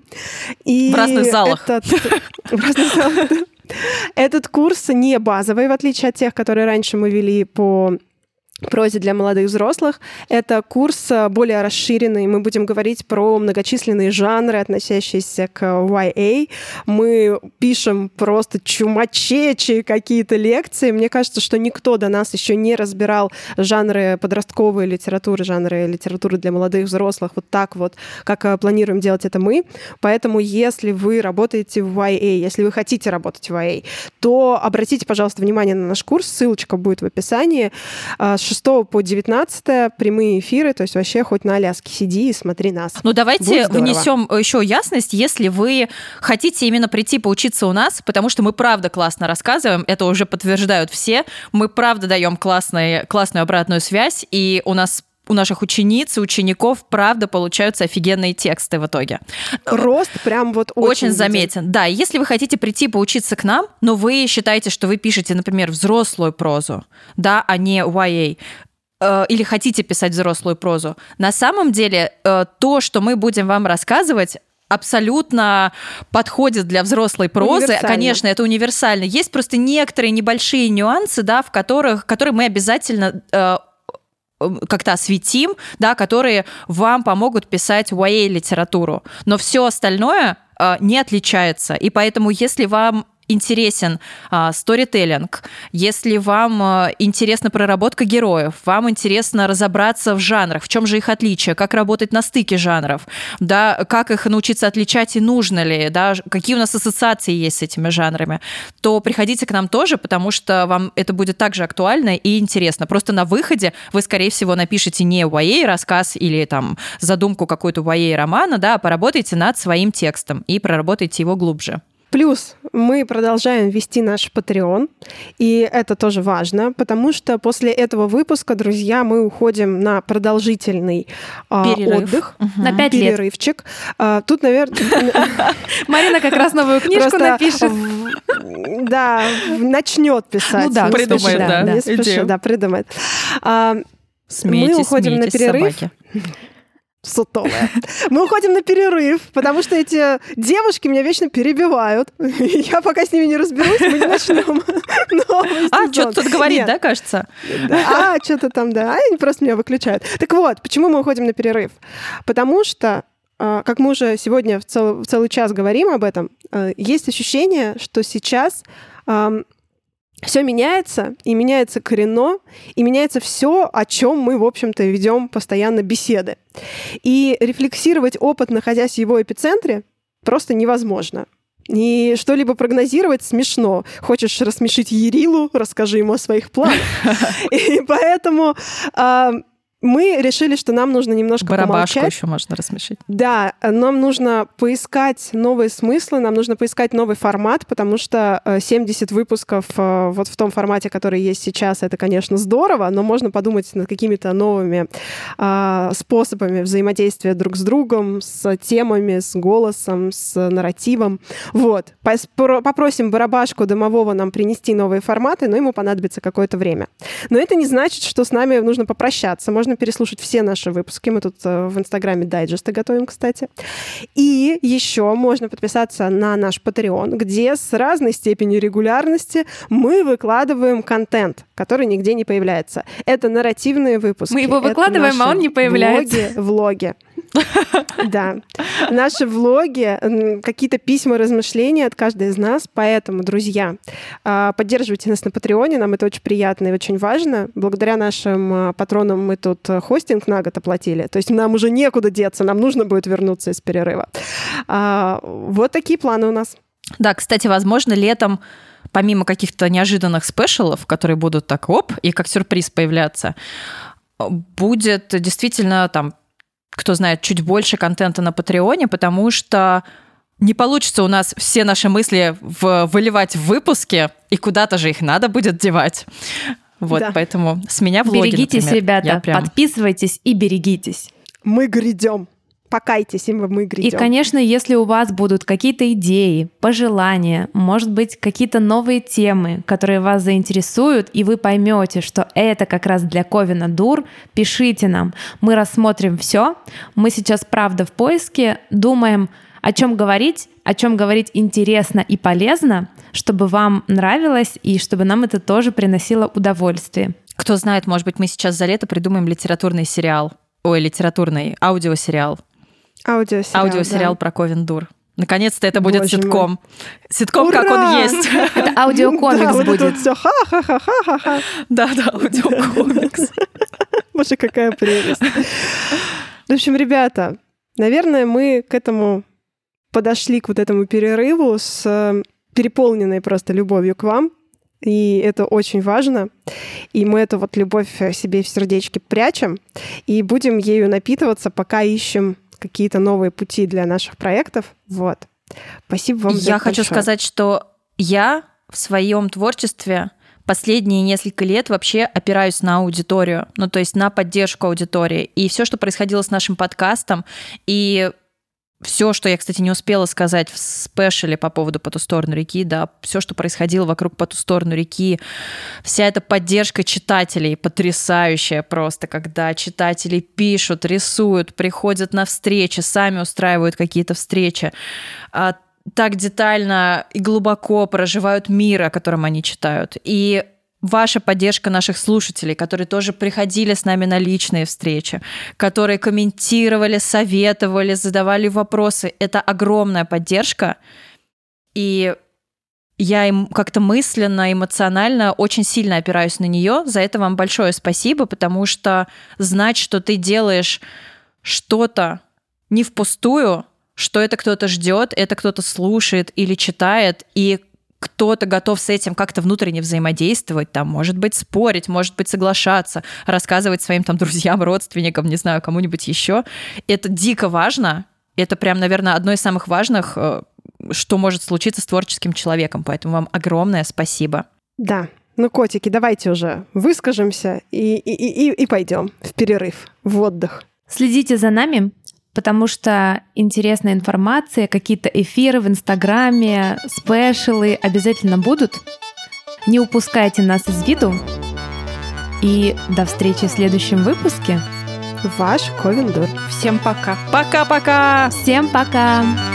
И в разных залах. Этот... В разных залах, да. Этот курс не базовый, в отличие от тех, которые раньше мы вели по прозе для молодых взрослых. Это курс более расширенный. Мы будем говорить про многочисленные жанры, относящиеся к уай эй. Мы пишем просто чумачечие какие-то лекции. Мне кажется, что никто до нас еще не разбирал жанры подростковой литературы, жанры литературы для молодых взрослых вот так вот, как планируем делать это мы. Поэтому если вы работаете в уай эй, если вы хотите работать в уай эй, то обратите, пожалуйста, внимание на наш курс. Ссылочка будет в описании. С шестого по девятнадцатое прямые эфиры, то есть вообще хоть на Аляске сиди и смотри нас. Ну давайте внесем еще ясность, если вы хотите именно прийти поучиться у нас, потому что мы правда классно рассказываем, это уже подтверждают все, мы правда даем классную, классную обратную связь, и у нас у наших учениц и учеников, правда, получаются офигенные тексты в итоге. Рост прям вот очень, очень заметен. Да, если вы хотите прийти поучиться к нам, но вы считаете, что вы пишете, например, взрослую прозу, да, а не уай эй, или хотите писать взрослую прозу, на самом деле то, что мы будем вам рассказывать, абсолютно подходит для взрослой прозы. Конечно, это универсально. Есть просто некоторые небольшие нюансы, да, в которых, которые мы обязательно как-то осветим, да, которые вам помогут писать уай эй-литературу. Но все остальное э, не отличается. И поэтому, если вам интересен а, сторителлинг, если вам а, интересна проработка героев, вам интересно разобраться в жанрах, в чем же их отличие, как работать на стыке жанров, да, как их научиться отличать и нужно ли, да, какие у нас ассоциации есть с этими жанрами, то приходите к нам тоже, потому что вам это будет также актуально и интересно. Просто на выходе вы, скорее всего, напишите не уай эй-рассказ или там задумку какую-то уай эй-романа, да, а поработайте над своим текстом и проработайте его глубже. Плюс мы продолжаем вести наш Patreon, и это тоже важно, потому что после этого выпуска, друзья, мы уходим на продолжительный Перерыв. отдых. Угу. На пять лет. Перерывчик. Тут, наверное... Марина как раз новую книжку напишет. Да, начнет писать. Ну да, придумает, да. Не спешу, да, придумает. Мы уходим на перерыв. Сутовая. Мы уходим на перерыв, потому что эти девушки меня вечно перебивают. Я пока с ними не разберусь, мы не начнем новый сезон. А, что-то тут говорит, да, кажется? А, что-то там, да. Они просто меня выключают. Так вот, почему мы уходим на перерыв? Потому что, как мы уже сегодня в целый, в целый час говорим об этом, есть ощущение, что сейчас все меняется, и меняется коренно, и меняется все, о чем мы, в общем-то, ведем постоянно беседы. И рефлексировать опыт, находясь в его эпицентре, просто невозможно. И что-либо прогнозировать смешно. Хочешь рассмешить Ярилу, расскажи ему о своих планах. И поэтому мы решили, что нам нужно немножко Барабашку помолчать. еще можно рассмешить. Да, нам нужно поискать новые смыслы, нам нужно поискать новый формат, потому что семьдесят выпусков вот в том формате, который есть сейчас, это, конечно, здорово, но можно подумать над какими-то новыми а, способами взаимодействия друг с другом, с темами, с голосом, с нарративом. Вот. Попросим Барабашку Домового нам принести новые форматы, но ему понадобится какое-то время. Но это не значит, что с нами нужно попрощаться. Можно переслушать все наши выпуски. Мы тут в Инстаграме дайджесты готовим, кстати. И еще можно подписаться на наш Patreon, где с разной степенью регулярности мы выкладываем контент, который нигде не появляется. Это нарративные выпуски. Мы его выкладываем, а он не появляется. Влоги, влоги. Да. Наши влоги, какие-то письма, размышления от каждой из нас. Поэтому, друзья, поддерживайте нас на Патреоне. Нам это очень приятно и очень важно. Благодаря нашим патронам мы тут хостинг на год оплатили. То есть нам уже некуда деться. Нам нужно будет вернуться из перерыва. Вот такие планы у нас. Да, кстати, возможно, летом, помимо каких-то неожиданных спешалов, которые будут так оп, и как сюрприз появляться, будет действительно там, кто знает, чуть больше контента на Патреоне, потому что не получится у нас все наши мысли в, выливать в выпуске, и куда-то же их надо будет девать. Вот, да. Поэтому с меня влоги, берегитесь, например, ребята, прям... подписывайтесь и берегитесь. Мы грядем. Покайтесь, и мы грядем. И, конечно, если у вас будут какие-то идеи, пожелания, может быть, какие-то новые темы, которые вас заинтересуют, и вы поймете, что это как раз для Ковина Дур, пишите нам. Мы рассмотрим все. Мы сейчас, правда, в поиске, думаем, о чем говорить, о чем говорить интересно и полезно, чтобы вам нравилось и чтобы нам это тоже приносило удовольствие. Кто знает, может быть, мы сейчас за лето придумаем литературный сериал. Ой, литературный аудиосериал. Аудиосериал, Аудиосериал да. про Ковен Дур. Наконец-то это будет Боже ситком. мой. Ситком, Ура! как он есть. Это аудиокомикс да, будет. Вот все ха-ха-ха-ха-ха. Да-да, аудиокомикс. Боже, какая прелесть. В общем, ребята, наверное, мы к этому подошли, к вот этому перерыву с переполненной просто любовью к вам. И это очень важно. И мы эту вот любовь себе в сердечке прячем. И будем ею напитываться, пока ищем какие-то новые пути для наших проектов. Вот. Спасибо вам. Я хочу большое. сказать, что я в своем творчестве последние несколько лет вообще опираюсь на аудиторию. Ну, то есть на поддержку аудитории. И все, что происходило с нашим подкастом, и все, что я, кстати, не успела сказать в спешале по поводу «По ту сторону реки», да, все, что происходило вокруг «По ту сторону реки», вся эта поддержка читателей потрясающая просто, когда читатели пишут, рисуют, приходят на встречи, сами устраивают какие-то встречи, так детально и глубоко проживают мир, о котором они читают. И ваша поддержка наших слушателей, которые тоже приходили с нами на личные встречи, которые комментировали, советовали, задавали вопросы. Это огромная поддержка. И я им как-то мысленно, эмоционально очень сильно опираюсь на нее. За это вам большое спасибо, потому что знать, что ты делаешь что-то не впустую, что это кто-то ждет, это кто-то слушает или читает, и кто-то готов с этим как-то внутренне взаимодействовать, там, может быть, спорить, может быть, соглашаться, рассказывать своим там друзьям, родственникам, не знаю, кому-нибудь еще. Это дико важно. Это прям, наверное, одно из самых важных, что может случиться с творческим человеком. Поэтому вам огромное спасибо. Да. Ну, котики, давайте уже выскажемся и, и, и, и пойдем в перерыв, в отдых. Следите за нами, потому что интересная информация, какие-то эфиры в Инстаграме, спешалы обязательно будут. Не упускайте нас из виду. И до встречи в следующем выпуске. Ваш Ковен Дур. Всем пока. Пока-пока! Всем пока!